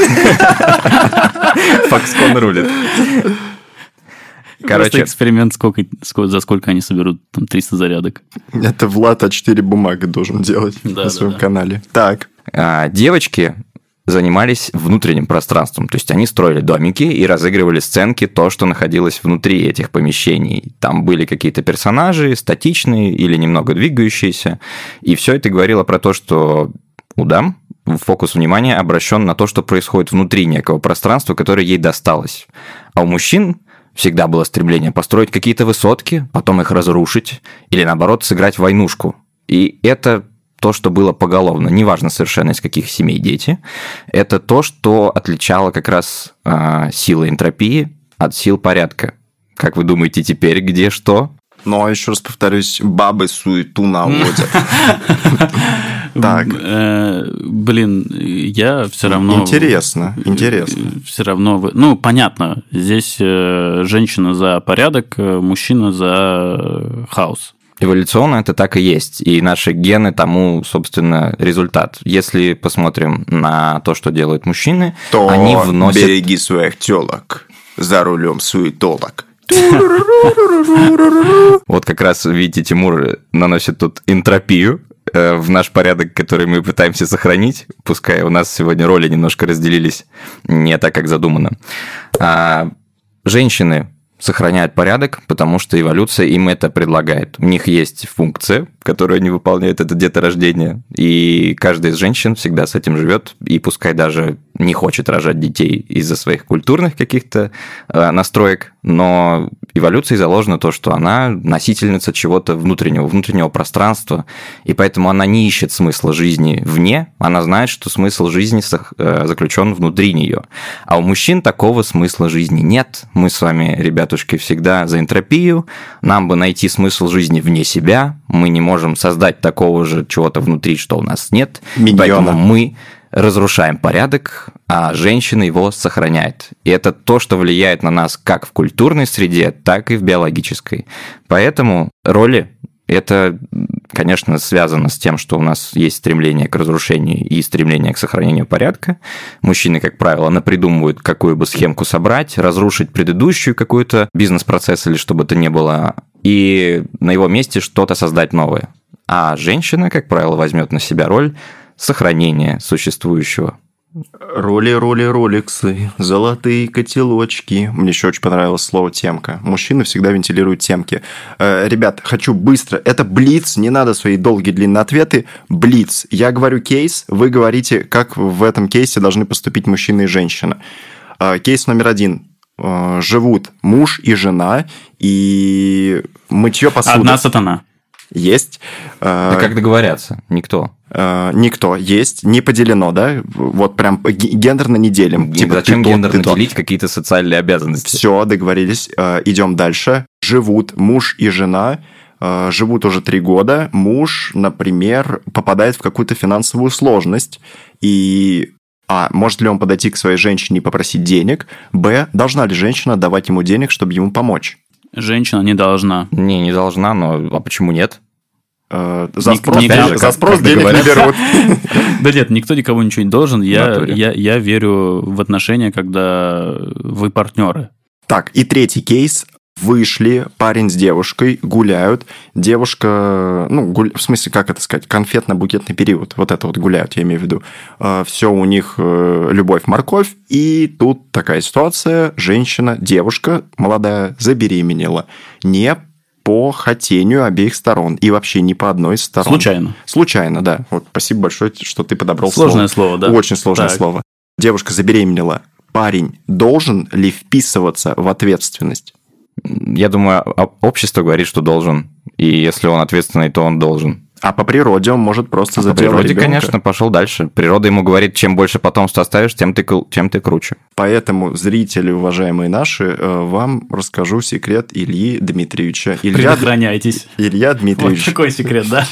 Foxconn рулит. Короче, просто эксперимент, сколько, сколько, за сколько они соберут там триста зарядок. Это Влад а четыре бумага должен делать да, на своем да, да. канале. Так. А, девочки занимались внутренним пространством. То есть они строили домики и разыгрывали сценки, то, что находилось внутри этих помещений. Там были какие-то персонажи, статичные или немного двигающиеся. И все это говорило про то, что у дам фокус внимания обращен на то, что происходит внутри некого пространства, которое ей досталось. А у мужчин всегда было стремление построить какие-то высотки, потом их разрушить или, наоборот, сыграть войнушку. И это то, что было поголовно, неважно совершенно из каких семей дети, это то, что отличало как раз э, силы энтропии от сил порядка. Как вы думаете теперь, где что? Ну, а еще раз повторюсь, бабы суету наводят. Так. Блин, я все равно... Интересно, интересно. Все равно... Ну, понятно, здесь женщина за порядок, мужчина за хаос. Эволюционно это так и есть, и наши гены тому, собственно, результат. Если посмотрим на то, что делают мужчины, то они вносят... береги своих телок, за рулем суетолог. Вот как раз, видите, Тимур наносит тут энтропию в наш порядок, который мы пытаемся сохранить, пускай у нас сегодня роли немножко разделились не так, как задумано. А женщины сохраняют порядок, потому что эволюция им это предлагает. У них есть функция, которую они выполняют, это деторождение, и каждая из женщин всегда с этим живет, и пускай даже не хочет рожать детей из-за своих культурных каких-то э, настроек, но эволюцией заложено то, что она носительница чего-то внутреннего, внутреннего пространства, и поэтому она не ищет смысла жизни вне, она знает, что смысл жизни э, заключен внутри нее. А у мужчин такого смысла жизни нет. Мы с вами, ребятушки, всегда за энтропию, нам бы найти смысл жизни вне себя, мы не можем создать такого же чего-то внутри, что у нас нет, Миньона. Поэтому мы разрушаем порядок, а женщина его сохраняет. И это то, что влияет на нас как в культурной среде, так и в биологической. Поэтому роли это, конечно, связано с тем, что у нас есть стремление к разрушению и стремление к сохранению порядка. Мужчины, как правило, напридумывают, какую бы схемку собрать, разрушить предыдущую какую-то бизнес-процесс или что бы то ни было, и на его месте что-то создать новое. А женщина, как правило, возьмет на себя роль сохранения существующего. Роли, роли, роликсы, золотые котелочки. Мне еще очень понравилось слово «темка». Мужчины всегда вентилируют темки. Э, ребят, хочу быстро. Это блиц, не надо свои долгие длинные ответы. Блиц. Я говорю кейс, вы говорите, как в этом кейсе должны поступить мужчина и женщина. Э, кейс номер один. Э, живут муж и жена, и мытье посуды. Одна сатана. Есть. Да как договорятся? Никто. Никто. Есть. Не поделено, да? Вот прям гендерно не делим. Типа, зачем гендерно делить какие-то социальные обязанности? Все, договорились. Идем дальше. Живут муж и жена. Живут уже три года. Муж, например, попадает в какую-то финансовую сложность. И... А, может ли он подойти к своей женщине и попросить денег? Б, должна ли женщина давать ему денег, чтобы ему помочь? Женщина не должна. Не, не должна, но а почему нет? За спрос, Ник- денег, же, за как- спрос как денег не берут. Да нет, никто никому ничего не должен. Я, натуре. я, я верю в отношения, когда вы партнеры. Так, и третий кейс. Вышли, парень с девушкой, гуляют. Девушка, ну, гуль... в смысле, как это сказать, конфетно-букетный период. Вот это вот гуляют, я имею в виду. Все у них любовь-морковь. И тут такая ситуация. Женщина, девушка молодая забеременела. Не по хотению обеих сторон. И вообще не по одной из сторон. Случайно. Случайно, да. Вот, спасибо большое, что ты подобрал Сложное слово, да? Очень сложное Так. слово. Девушка забеременела. Парень должен ли вписываться в ответственность? Я думаю, а- общество говорит, что должен. И если он ответственный, то он должен. А по природе он может просто По за природе, ребенка. конечно, пошел дальше. Природа ему говорит, чем больше потомства оставишь, тем ты, кру- тем ты круче. Поэтому, зрители, уважаемые наши, э, вам расскажу секрет Ильи Дмитриевича. Илья, Предохраняйтесь. Илья Вот Дмитриевич. такой секрет, да?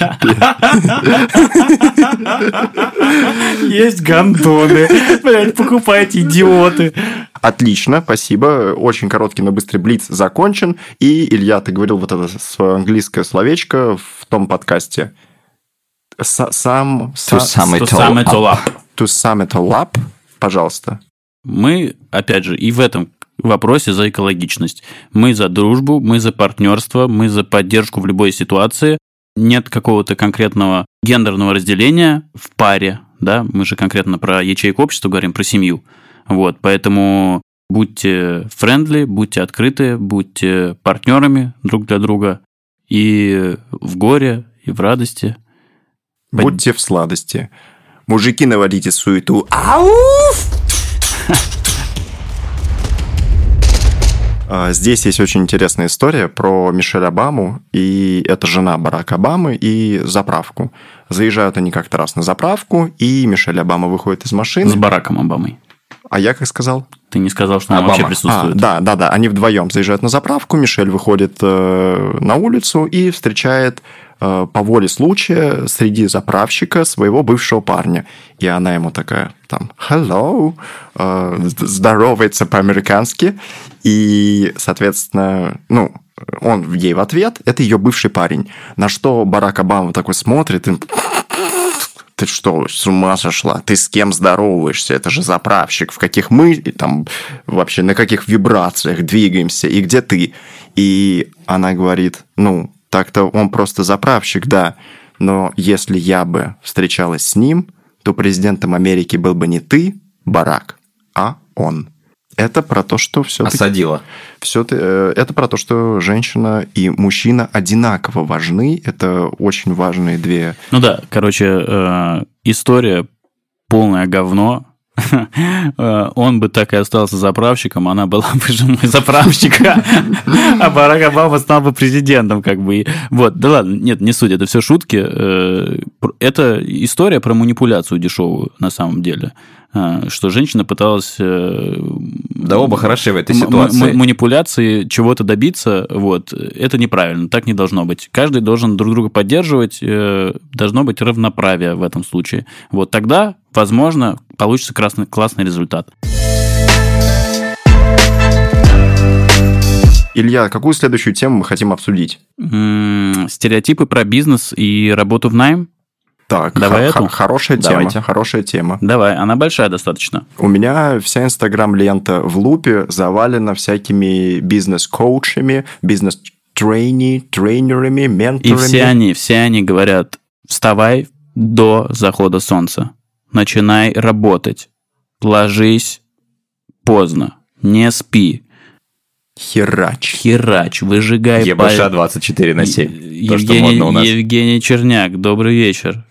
Есть гандоны. Блять, покупайте, идиоты. Отлично, спасибо. Очень короткий, но быстрый блиц закончен. И, Илья, ты говорил вот это свое английское словечко в том подкасте. Са- Сам... To са- sum it To all sum it up. all up. To sum it all up, пожалуйста. Мы, опять же, и в этом вопросе за экологичность. Мы за дружбу, мы за партнерство, мы за поддержку в любой ситуации. Нет какого-то конкретного гендерного разделения в паре, да, мы же конкретно про ячейку общества говорим, про семью. Вот, поэтому будьте френдли, будьте открыты, будьте партнерами друг для друга и в горе, и в радости. Будьте в сладости. Мужики, наводите суету. Ауф! Здесь есть очень интересная история про Мишель Обаму, и это жена Барака Обамы, и заправку. Заезжают они как-то раз на заправку, и Мишель Обама выходит из машины. С Бараком Обамой. А я как сказал? Ты не сказал, что он Обама. вообще присутствует. А, да, да, да. Они вдвоем заезжают на заправку, Мишель выходит э, на улицу и встречает э, по воле случая среди заправщика своего бывшего парня. И она ему такая, там, hello, э, здоровается по-американски. И, соответственно, ну, он ей в ответ, это ее бывший парень. На что Барак Обама такой смотрит и... Ты что, с ума сошла? Ты с кем здороваешься? Это же заправщик. В каких мы там вообще, на каких вибрациях двигаемся? И где ты? И она говорит, ну, так-то он просто заправщик, да. Но если я бы встречалась с ним, то президентом Америки был бы не ты, Барак, а он. Это про то, что все Осадила. Все это про то, что женщина и мужчина одинаково важны. Это очень важные две... Ну да, короче, э, история полное говно. Он бы так и остался заправщиком, она была бы женой заправщика, а Барак Обама стал бы президентом, как бы. Вот, да ладно, нет, не суть, это все шутки. Это история про манипуляцию дешевую, на самом деле. Что женщина пыталась... Да оба хороши в этой ситуации. Манипуляции, чего-то добиться, вот, это неправильно, так не должно быть. Каждый должен друг друга поддерживать, должно быть равноправие в этом случае. Вот тогда, возможно, получится классный, классный результат. Илья, какую следующую тему мы хотим обсудить? М-м, стереотипы про бизнес и работу в найм. Так, Давай х- эту? хорошая тема, Давайте. хорошая тема. Давай, она большая достаточно. У меня вся инстаграм-лента в лупе завалена всякими бизнес-коучами, бизнес-трейни, трейнерами, менторами. И все они, все они говорят, вставай до захода солнца, начинай работать, ложись поздно, не спи, Херач. херач, выжигай ЕБШ палец. двадцать четыре на семь. То, что Евгений, модно у нас. Евгений Черняк, добрый вечер.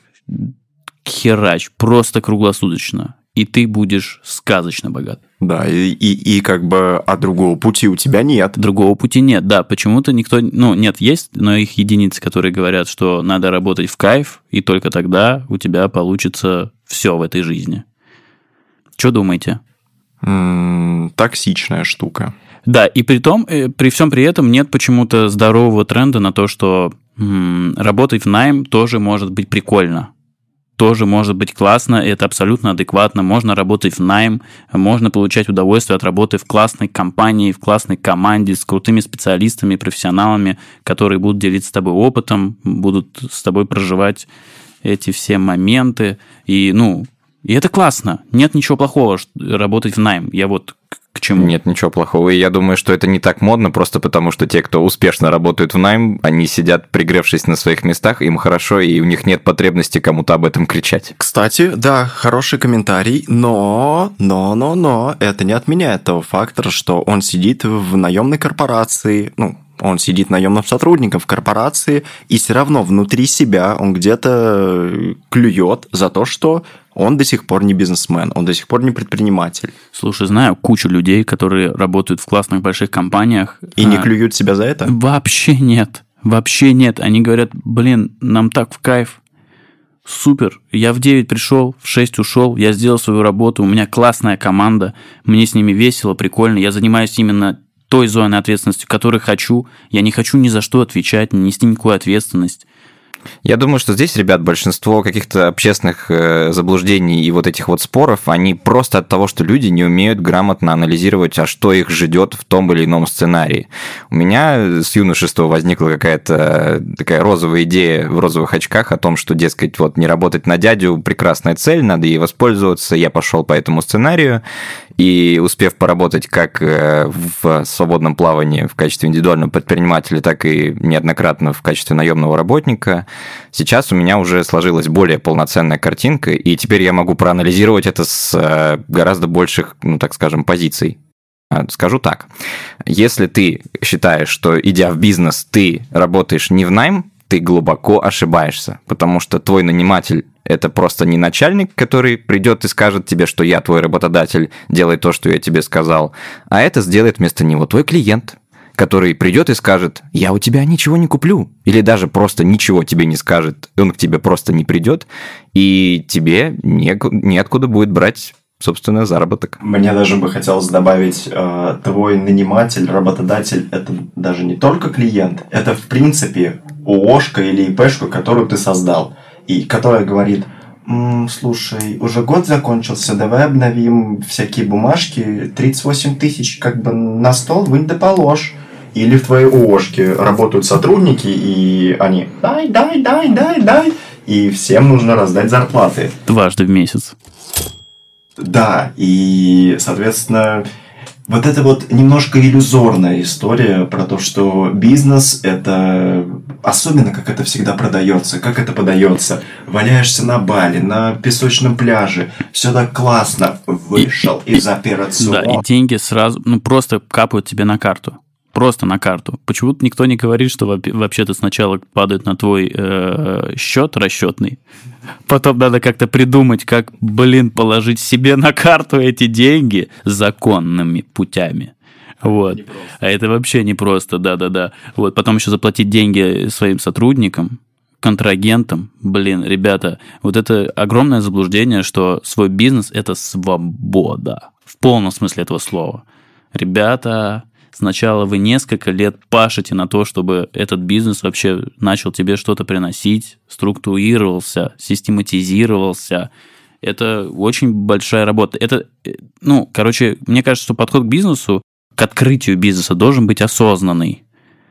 Херач, просто круглосуточно. И ты будешь сказочно богат. Да, и, и, и как бы, а другого пути у тебя нет. Другого пути нет, да, почему-то никто... Ну, нет, есть, но их единицы, которые говорят, что надо работать в кайф, и только тогда у тебя получится все в этой жизни. Что думаете? М-м, токсичная штука. Да, и при том, при всем при этом нет почему-то здорового тренда на то, что м, работать в найм тоже может быть прикольно. Тоже может быть классно, и это абсолютно адекватно. Можно работать в найм, можно получать удовольствие от работы в классной компании, в классной команде с крутыми специалистами, профессионалами, которые будут делиться с тобой опытом, будут с тобой проживать эти все моменты. И, ну, и это классно. Нет ничего плохого работать в найм. Я вот к чему. Нет ничего плохого. И я думаю, что это не так модно, просто потому что те, кто успешно работают в найм, они сидят, пригревшись на своих местах, им хорошо, и у них нет потребности кому-то об этом кричать. Кстати, да, хороший комментарий, но, но, но, но, это не отменяет того фактора, что он сидит в наемной корпорации, ну, он сидит наемным сотрудником в корпорации, и все равно внутри себя он где-то клюет за то, что он до сих пор не бизнесмен, он до сих пор не предприниматель. Слушай, знаю кучу людей, которые работают в классных больших компаниях. И не а, клюют себя за это? Вообще нет. Вообще нет. Они говорят, блин, нам так в кайф. Супер. Я в девять пришел, в шесть ушел, я сделал свою работу, у меня классная команда, мне с ними весело, прикольно, я занимаюсь именно той зоной ответственности, которой хочу. Я не хочу ни за что отвечать, не нести никакую ответственность. Я думаю, что здесь, ребят, большинство каких-то общественных э, заблуждений и вот этих вот споров, они просто от того, что люди не умеют грамотно анализировать, а что их ждет в том или ином сценарии. У меня с юношества возникла какая-то такая розовая идея в розовых очках о том, что, дескать, вот не работать на дядю – прекрасная цель, надо ей воспользоваться. Я пошел по этому сценарию, И успев поработать как в свободном плавании в качестве индивидуального предпринимателя, так и неоднократно в качестве наемного работника, сейчас у меня уже сложилась более полноценная картинка, и теперь я могу проанализировать это с гораздо больших, ну так скажем, позиций. Скажу так, если ты считаешь, что, идя в бизнес, ты работаешь не в найм, ты глубоко ошибаешься, потому что твой наниматель – это просто не начальник, который придет и скажет тебе, что я твой работодатель, делай то, что я тебе сказал, а это сделает вместо него твой клиент, который придет и скажет, я у тебя ничего не куплю, или даже просто ничего тебе не скажет, он к тебе просто не придет, и тебе неоткуда будет брать, собственно, заработок. Мне даже бы хотелось добавить, э, твой наниматель, работодатель – это даже не только клиент, это, в принципе, ООшка или ИПшка, которую ты создал, и которая говорит, м-м, слушай, уже год закончился, давай обновим всякие бумажки, тридцать восемь тысяч как бы на стол вынь да положь. Или в твоей ООшке работают сотрудники, и они дай, дай, дай, дай, дай, и всем нужно раздать зарплаты. Дважды в месяц. Да, и, соответственно, вот это вот немножко иллюзорная история про то, что бизнес – это… Особенно, как это всегда продается, как это подается. Валяешься на Бали, на песочном пляже, все так классно. Вышел и, из операционного. Да, и деньги сразу, ну, просто капают тебе на карту. Просто на карту. Почему-то никто не говорит, что вообще-то сначала падает на твой э, счет расчетный, потом надо как-то придумать, как, блин, положить себе на карту эти деньги законными путями. Вот. А это вообще непросто, да-да-да. Вот. Потом еще заплатить деньги своим сотрудникам, контрагентам. Блин, ребята, вот это огромное заблуждение, что свой бизнес – это свобода. В полном смысле этого слова. Ребята… Сначала вы несколько лет пашете на то, чтобы этот бизнес вообще начал тебе что-то приносить, структурировался, систематизировался. Это очень большая работа. Это, ну, короче, мне кажется, что подход к бизнесу, к открытию бизнеса должен быть осознанный.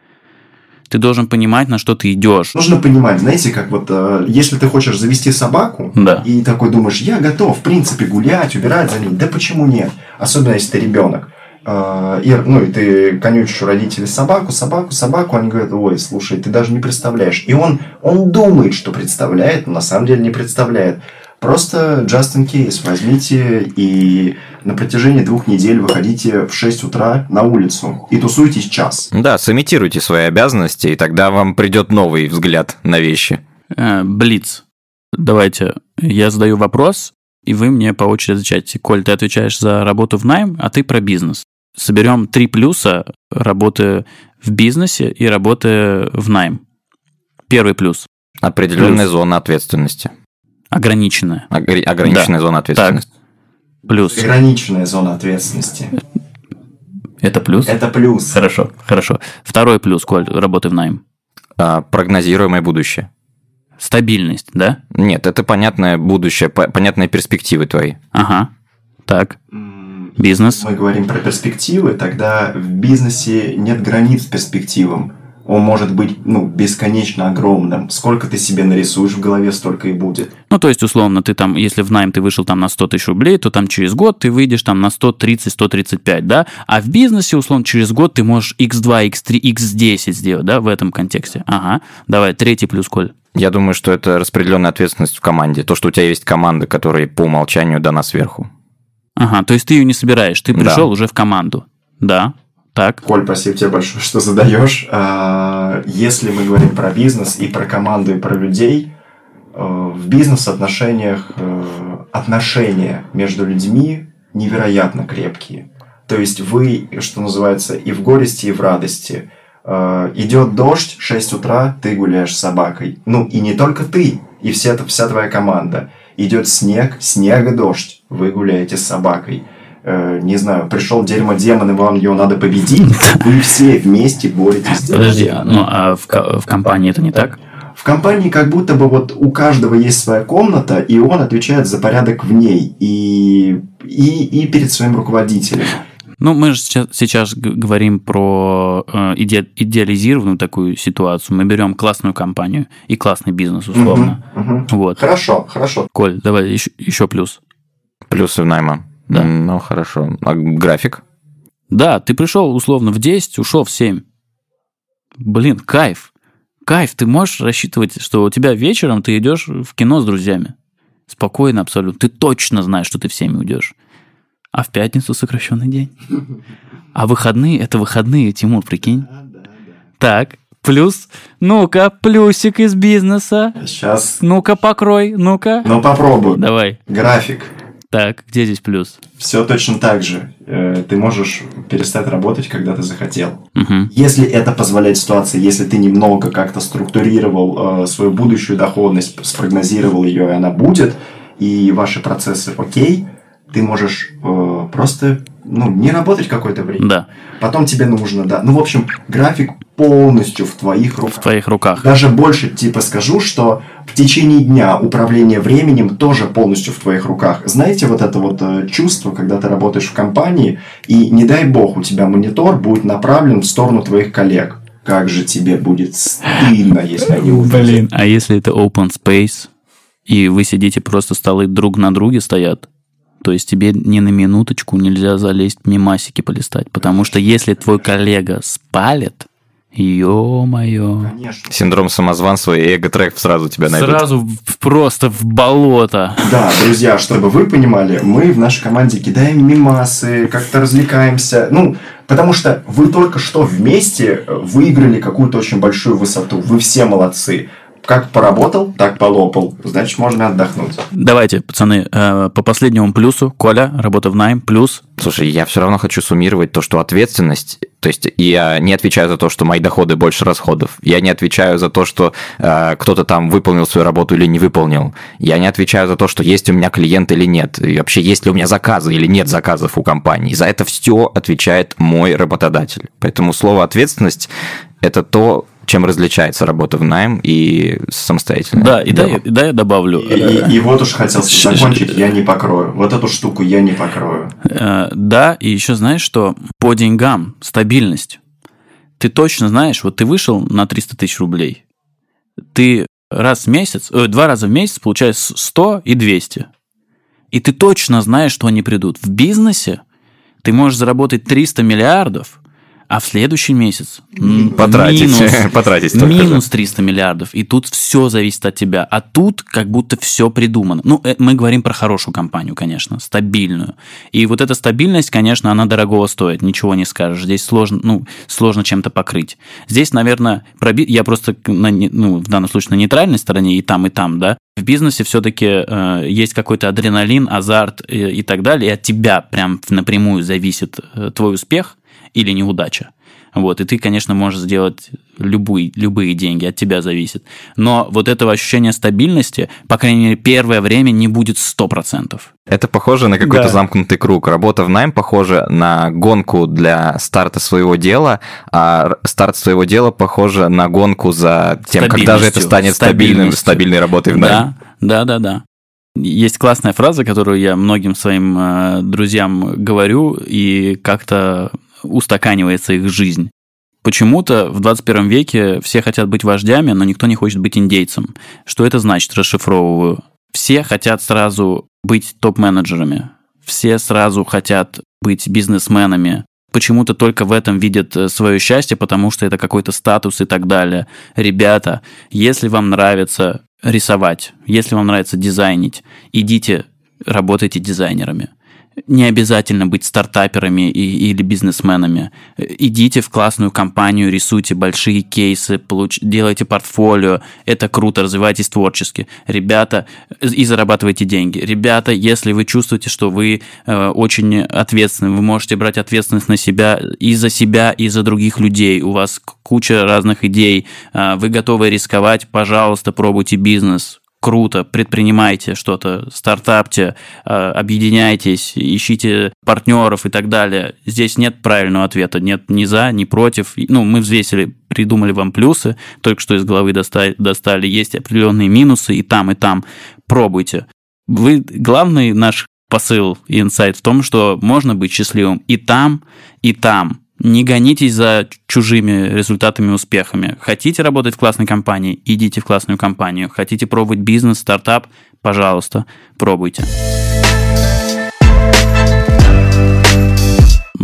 Ты должен понимать, на что ты идешь. Нужно понимать, знаете, как вот, э, если ты хочешь завести собаку, да. и такой думаешь, я готов, в принципе, гулять, убирать за ней, да почему нет? Особенно, если ты ребенок. И, ну, и ты конючишь у родителей собаку, собаку, собаку, они говорят, ой, слушай, ты даже не представляешь. И он, он думает, что представляет, но на самом деле не представляет. Просто just in case возьмите и на протяжении двух недель выходите в шесть утра на улицу и тусуйтесь час. Да, сымитируйте свои обязанности, и тогда вам придет новый взгляд на вещи. Блиц. Давайте, я задаю вопрос, и вы мне по очереди отвечаете. Коль, ты отвечаешь за работу в найм, а ты про бизнес. Соберем три плюса работы в бизнесе и работы в найм. Первый плюс. Определенная плюс. Зона ответственности. Ограниченная. Огр... Ограниченная да. зона ответственности. Так. Плюс. Ограниченная зона ответственности. Это плюс? Это плюс. Хорошо, хорошо. Второй плюс, Коль, работы в найм. А, прогнозируемое будущее. Стабильность, да? Нет, это понятное будущее, понятные перспективы твои. Ага. Так. Бизнес. Мы говорим про перспективы, тогда в бизнесе нет границ перспективам. Он может быть, ну, бесконечно огромным. Сколько ты себе нарисуешь в голове, столько и будет. Ну, то есть, условно, ты там, если в найм ты вышел там на сто тысяч рублей, то там через год ты выйдешь там на сто тридцать - сто тридцать пять, да? А в бизнесе, условно, через год ты можешь икс два, икс три, икс десять сделать, да, в этом контексте. Ага. Давай, третий плюс, Коль. Я думаю, что это распределенная ответственность в команде. То, что у тебя есть команда, которая по умолчанию дана сверху. Ага, то есть ты ее не собираешь, ты пришел да. уже в команду. Да, так. Коль, спасибо тебе большое, что задаешь. Если мы говорим про бизнес и про команду, и про людей, в бизнес-отношениях отношения между людьми невероятно крепкие. То есть вы, что называется, и в горести, и в радости. Идет дождь, шесть утра, ты гуляешь с собакой. Ну, и не только ты, и вся, вся твоя команда. Идет снег, снег и дождь, вы гуляете с собакой. Э, не знаю, пришел дерьмо-демон, и вам его надо победить, вы все вместе боретесь. Подожди, ну а в, в компании это не так? В компании как будто бы вот у каждого есть своя комната, и он отвечает за порядок в ней, и, и, и перед своим руководителем. Ну, мы же сейчас, сейчас говорим про э, иде, идеализированную такую ситуацию. Мы берем классную компанию и классный бизнес, условно. Угу, угу. Вот. Хорошо, хорошо. Коль, давай еще, еще плюс. Плюсы в найма. Да. Ну, хорошо. А график? Да, ты пришел условно в десять, ушел в семь. Блин, кайф. Кайф. Ты можешь рассчитывать, что у тебя вечером ты идешь в кино с друзьями. Спокойно абсолютно. Ты точно знаешь, что ты в семь уйдешь. А в пятницу сокращенный день. А выходные – это выходные, Тимур, прикинь. Так, плюс, ну-ка, плюсик из бизнеса. Сейчас. Ну-ка, покрой, ну-ка. Ну, попробую. Давай. График. Так, где здесь плюс? Все точно так же. Ты можешь перестать работать, когда ты захотел. Угу. Если это позволяет ситуация, если ты немного как-то структурировал э, свою будущую доходность, спрогнозировал ее, и она будет, и ваши процессы окей, ты можешь э, просто ну, не работать какое-то время. Да. Потом тебе нужно, да. Ну, в общем, график полностью в твоих руках. В твоих руках. Даже больше типа скажу, что в течение дня управление временем тоже полностью в твоих руках. Знаете, вот это вот э, чувство, когда ты работаешь в компании, и не дай бог у тебя монитор будет направлен в сторону твоих коллег. Как же тебе будет стыдно, если они увидят. Блин. А если это open space, и вы сидите просто столы друг на друге стоят, то есть тебе ни на минуточку нельзя залезть мемасики полистать, потому что если твой коллега спалит, ё-моё. Конечно. Синдром самозванства и эго-трек сразу тебя найдут. Сразу в- просто в болото. Да, друзья, чтобы вы понимали, мы в нашей команде кидаем мемасы, как-то развлекаемся. Ну, потому что вы только что вместе выиграли какую-то очень большую высоту. Вы все молодцы. Как поработал, так полопал. Значит, можно отдохнуть. Давайте, пацаны, э, по последнему плюсу. Коля, работа в найм, плюс. Слушай, я все равно хочу суммировать то, что ответственность, то есть я не отвечаю за то, что мои доходы больше расходов, я не отвечаю за то, что э, кто-то там выполнил свою работу или не выполнил, я не отвечаю за то, что есть у меня клиент или нет, и вообще есть ли у меня заказы или нет заказов у компании. За это все отвечает мой работодатель. Поэтому слово «ответственность» – это то, чем различается работа в найм и самостоятельно. Да, и да, и, да, я добавлю. И, и, и вот уж хотел закончить, я не покрою. Вот эту штуку я не покрою. Э, Да, и еще знаешь, что по деньгам стабильность. Ты точно знаешь, вот ты вышел на триста тысяч рублей, ты раз в месяц, э, два раза в месяц получаешь сто и двести. И ты точно знаешь, что они придут. В бизнесе ты можешь заработать триста миллиардов, а в следующий месяц Потратить, минус, потратить только минус же. триста миллиардов. И тут все зависит от тебя. А тут как будто все придумано. Ну, э, мы говорим про хорошую компанию, конечно, стабильную. И вот эта стабильность, конечно, она дорогого стоит. Ничего не скажешь. Здесь сложно, ну, сложно чем-то покрыть. Здесь, наверное, проби... я просто на, ну, в данном случае на нейтральной стороне и там, и там, да. В бизнесе все-таки э, есть какой-то адреналин, азарт и, и так далее. И от тебя прям напрямую зависит э, твой успех или неудача. Вот, и ты, конечно, можешь сделать любые, любые деньги, от тебя зависит. Но вот этого ощущения стабильности, по крайней мере, первое время не будет сто процентов. Это похоже на какой-то Да. замкнутый круг. Работа в найм похожа на гонку для старта своего дела, а старт своего дела похоже на гонку за тем, когда же это Стабильностью. станет стабильным, Стабильностью. стабильной работой в найм. Да, да, да, да. Есть классная фраза, которую я многим своим э, друзьям говорю, и как-то устаканивается их жизнь. Почему-то в двадцать первом веке все хотят быть вождями, но никто не хочет быть индейцем. Что это значит? Расшифровываю. Все хотят сразу быть топ-менеджерами. Все сразу хотят быть бизнесменами. Почему-то только в этом видят свое счастье, потому что это какой-то статус и так далее. Ребята, если вам нравится рисовать, если вам нравится дизайнить, идите, работайте дизайнерами. Не обязательно быть стартаперами и, или бизнесменами. Идите в классную компанию, рисуйте большие кейсы, получ... делайте портфолио. Это круто, развивайтесь творчески. Ребята, и зарабатывайте деньги. Ребята, если вы чувствуете, что вы э, очень ответственны, вы можете брать ответственность на себя и за себя, и за других людей. У вас куча разных идей. Э, вы готовы рисковать, пожалуйста, пробуйте бизнес. Круто, предпринимайте что-то, стартапте, объединяйтесь, ищите партнеров и так далее. Здесь нет правильного ответа, нет ни за, ни против. Ну, мы взвесили, придумали вам плюсы, только что из головы достали, достали. Есть определенные минусы и там, и там. Пробуйте. Вы, главный наш посыл и инсайт в том, что можно быть счастливым и там, и там. Не гонитесь за чужими результатами и успехами. Хотите работать в классной компании? Идите в классную компанию. Хотите пробовать бизнес, стартап? Пожалуйста, пробуйте.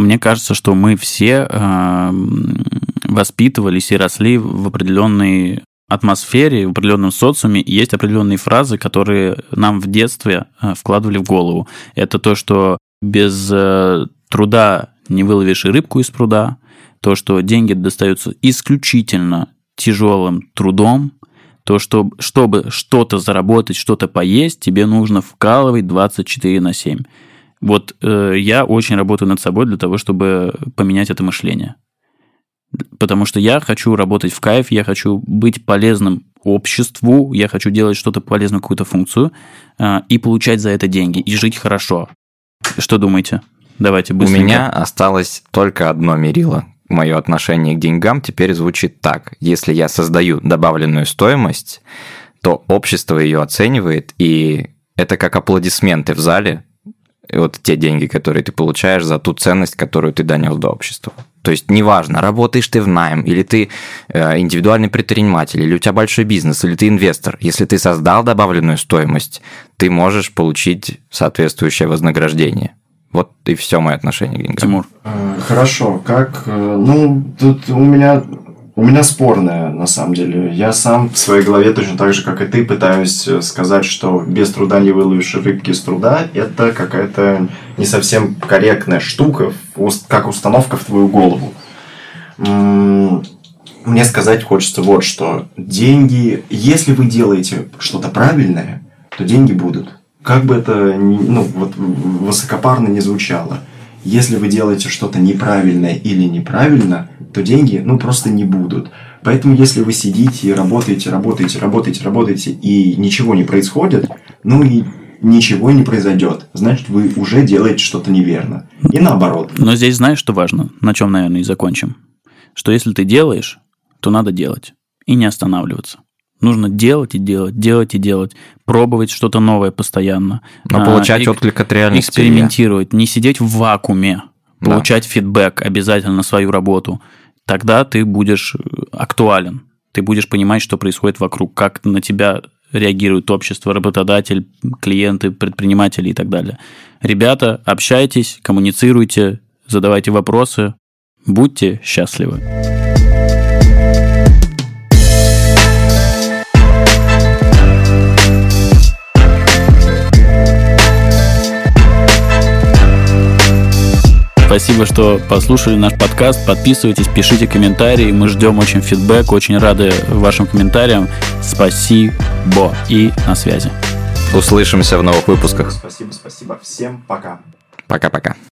мне кажется, что мы все э, воспитывались и росли в определенной атмосфере, в определенном социуме, и есть определенные фразы, которые нам в детстве вкладывали в голову. Это то, что без труда не выловишь и рыбку из пруда, то, что деньги достаются исключительно тяжелым трудом, то, что чтобы что-то заработать, что-то поесть, тебе нужно вкалывать двадцать четыре на семь. Вот э, я очень работаю над собой для того, чтобы поменять это мышление. Потому что я хочу работать в кайф, я хочу быть полезным обществу, я хочу делать что-то полезную, какую-то функцию, э, и получать за это деньги, и жить хорошо. Что думаете? Давайте быстренько. У меня осталось только одно мерило. Мое отношение к деньгам теперь звучит так. Если я создаю добавленную стоимость, то общество ее оценивает, и это как аплодисменты в зале, и вот те деньги, которые ты получаешь за ту ценность, которую ты донес до общества. То есть неважно, работаешь ты в найм, или ты индивидуальный предприниматель, или у тебя большой бизнес, или ты инвестор. Если ты создал добавленную стоимость, ты можешь получить соответствующее вознаграждение. Вот и все мое отношение к деньгам. Тимур. Хорошо, как... Ну, тут у меня... У меня спорное, на самом деле. Я сам в своей голове точно так же, как и ты, пытаюсь сказать, что без труда не выловишь рыбки из труда. Это какая-то не совсем корректная штука, как установка в твою голову. Мне сказать хочется вот что. Деньги... Если вы делаете что-то правильное, то деньги будут. Как бы это ну, вот, высокопарно не звучало. Если вы делаете что-то неправильное или неправильно, то деньги ну, просто не будут. Поэтому, если вы сидите и работаете, работаете, работаете, работаете, и ничего не происходит, ну и ничего не произойдет. Значит, вы уже делаете что-то неверно. И наоборот. Но здесь знаешь, что важно? На чем, наверное, и закончим. Что если ты делаешь, то надо делать. И не останавливаться. Нужно делать и делать, делать и делать, пробовать что-то новое постоянно. Но а, получать эк- отклик от реальности. Экспериментировать, не сидеть в вакууме, да. Получать фидбэк обязательно на свою работу. Тогда ты будешь актуален, ты будешь понимать, что происходит вокруг, как на тебя реагирует общество, работодатель, клиенты, предприниматели и так далее. Ребята, общайтесь, коммуницируйте, задавайте вопросы, будьте счастливы. Спасибо, что послушали наш подкаст. Подписывайтесь, пишите комментарии. Мы ждем очень фидбэк, очень рады вашим комментариям. Спасибо и на связи. Услышимся в новых выпусках. Спасибо, спасибо. Всем пока. Пока-пока.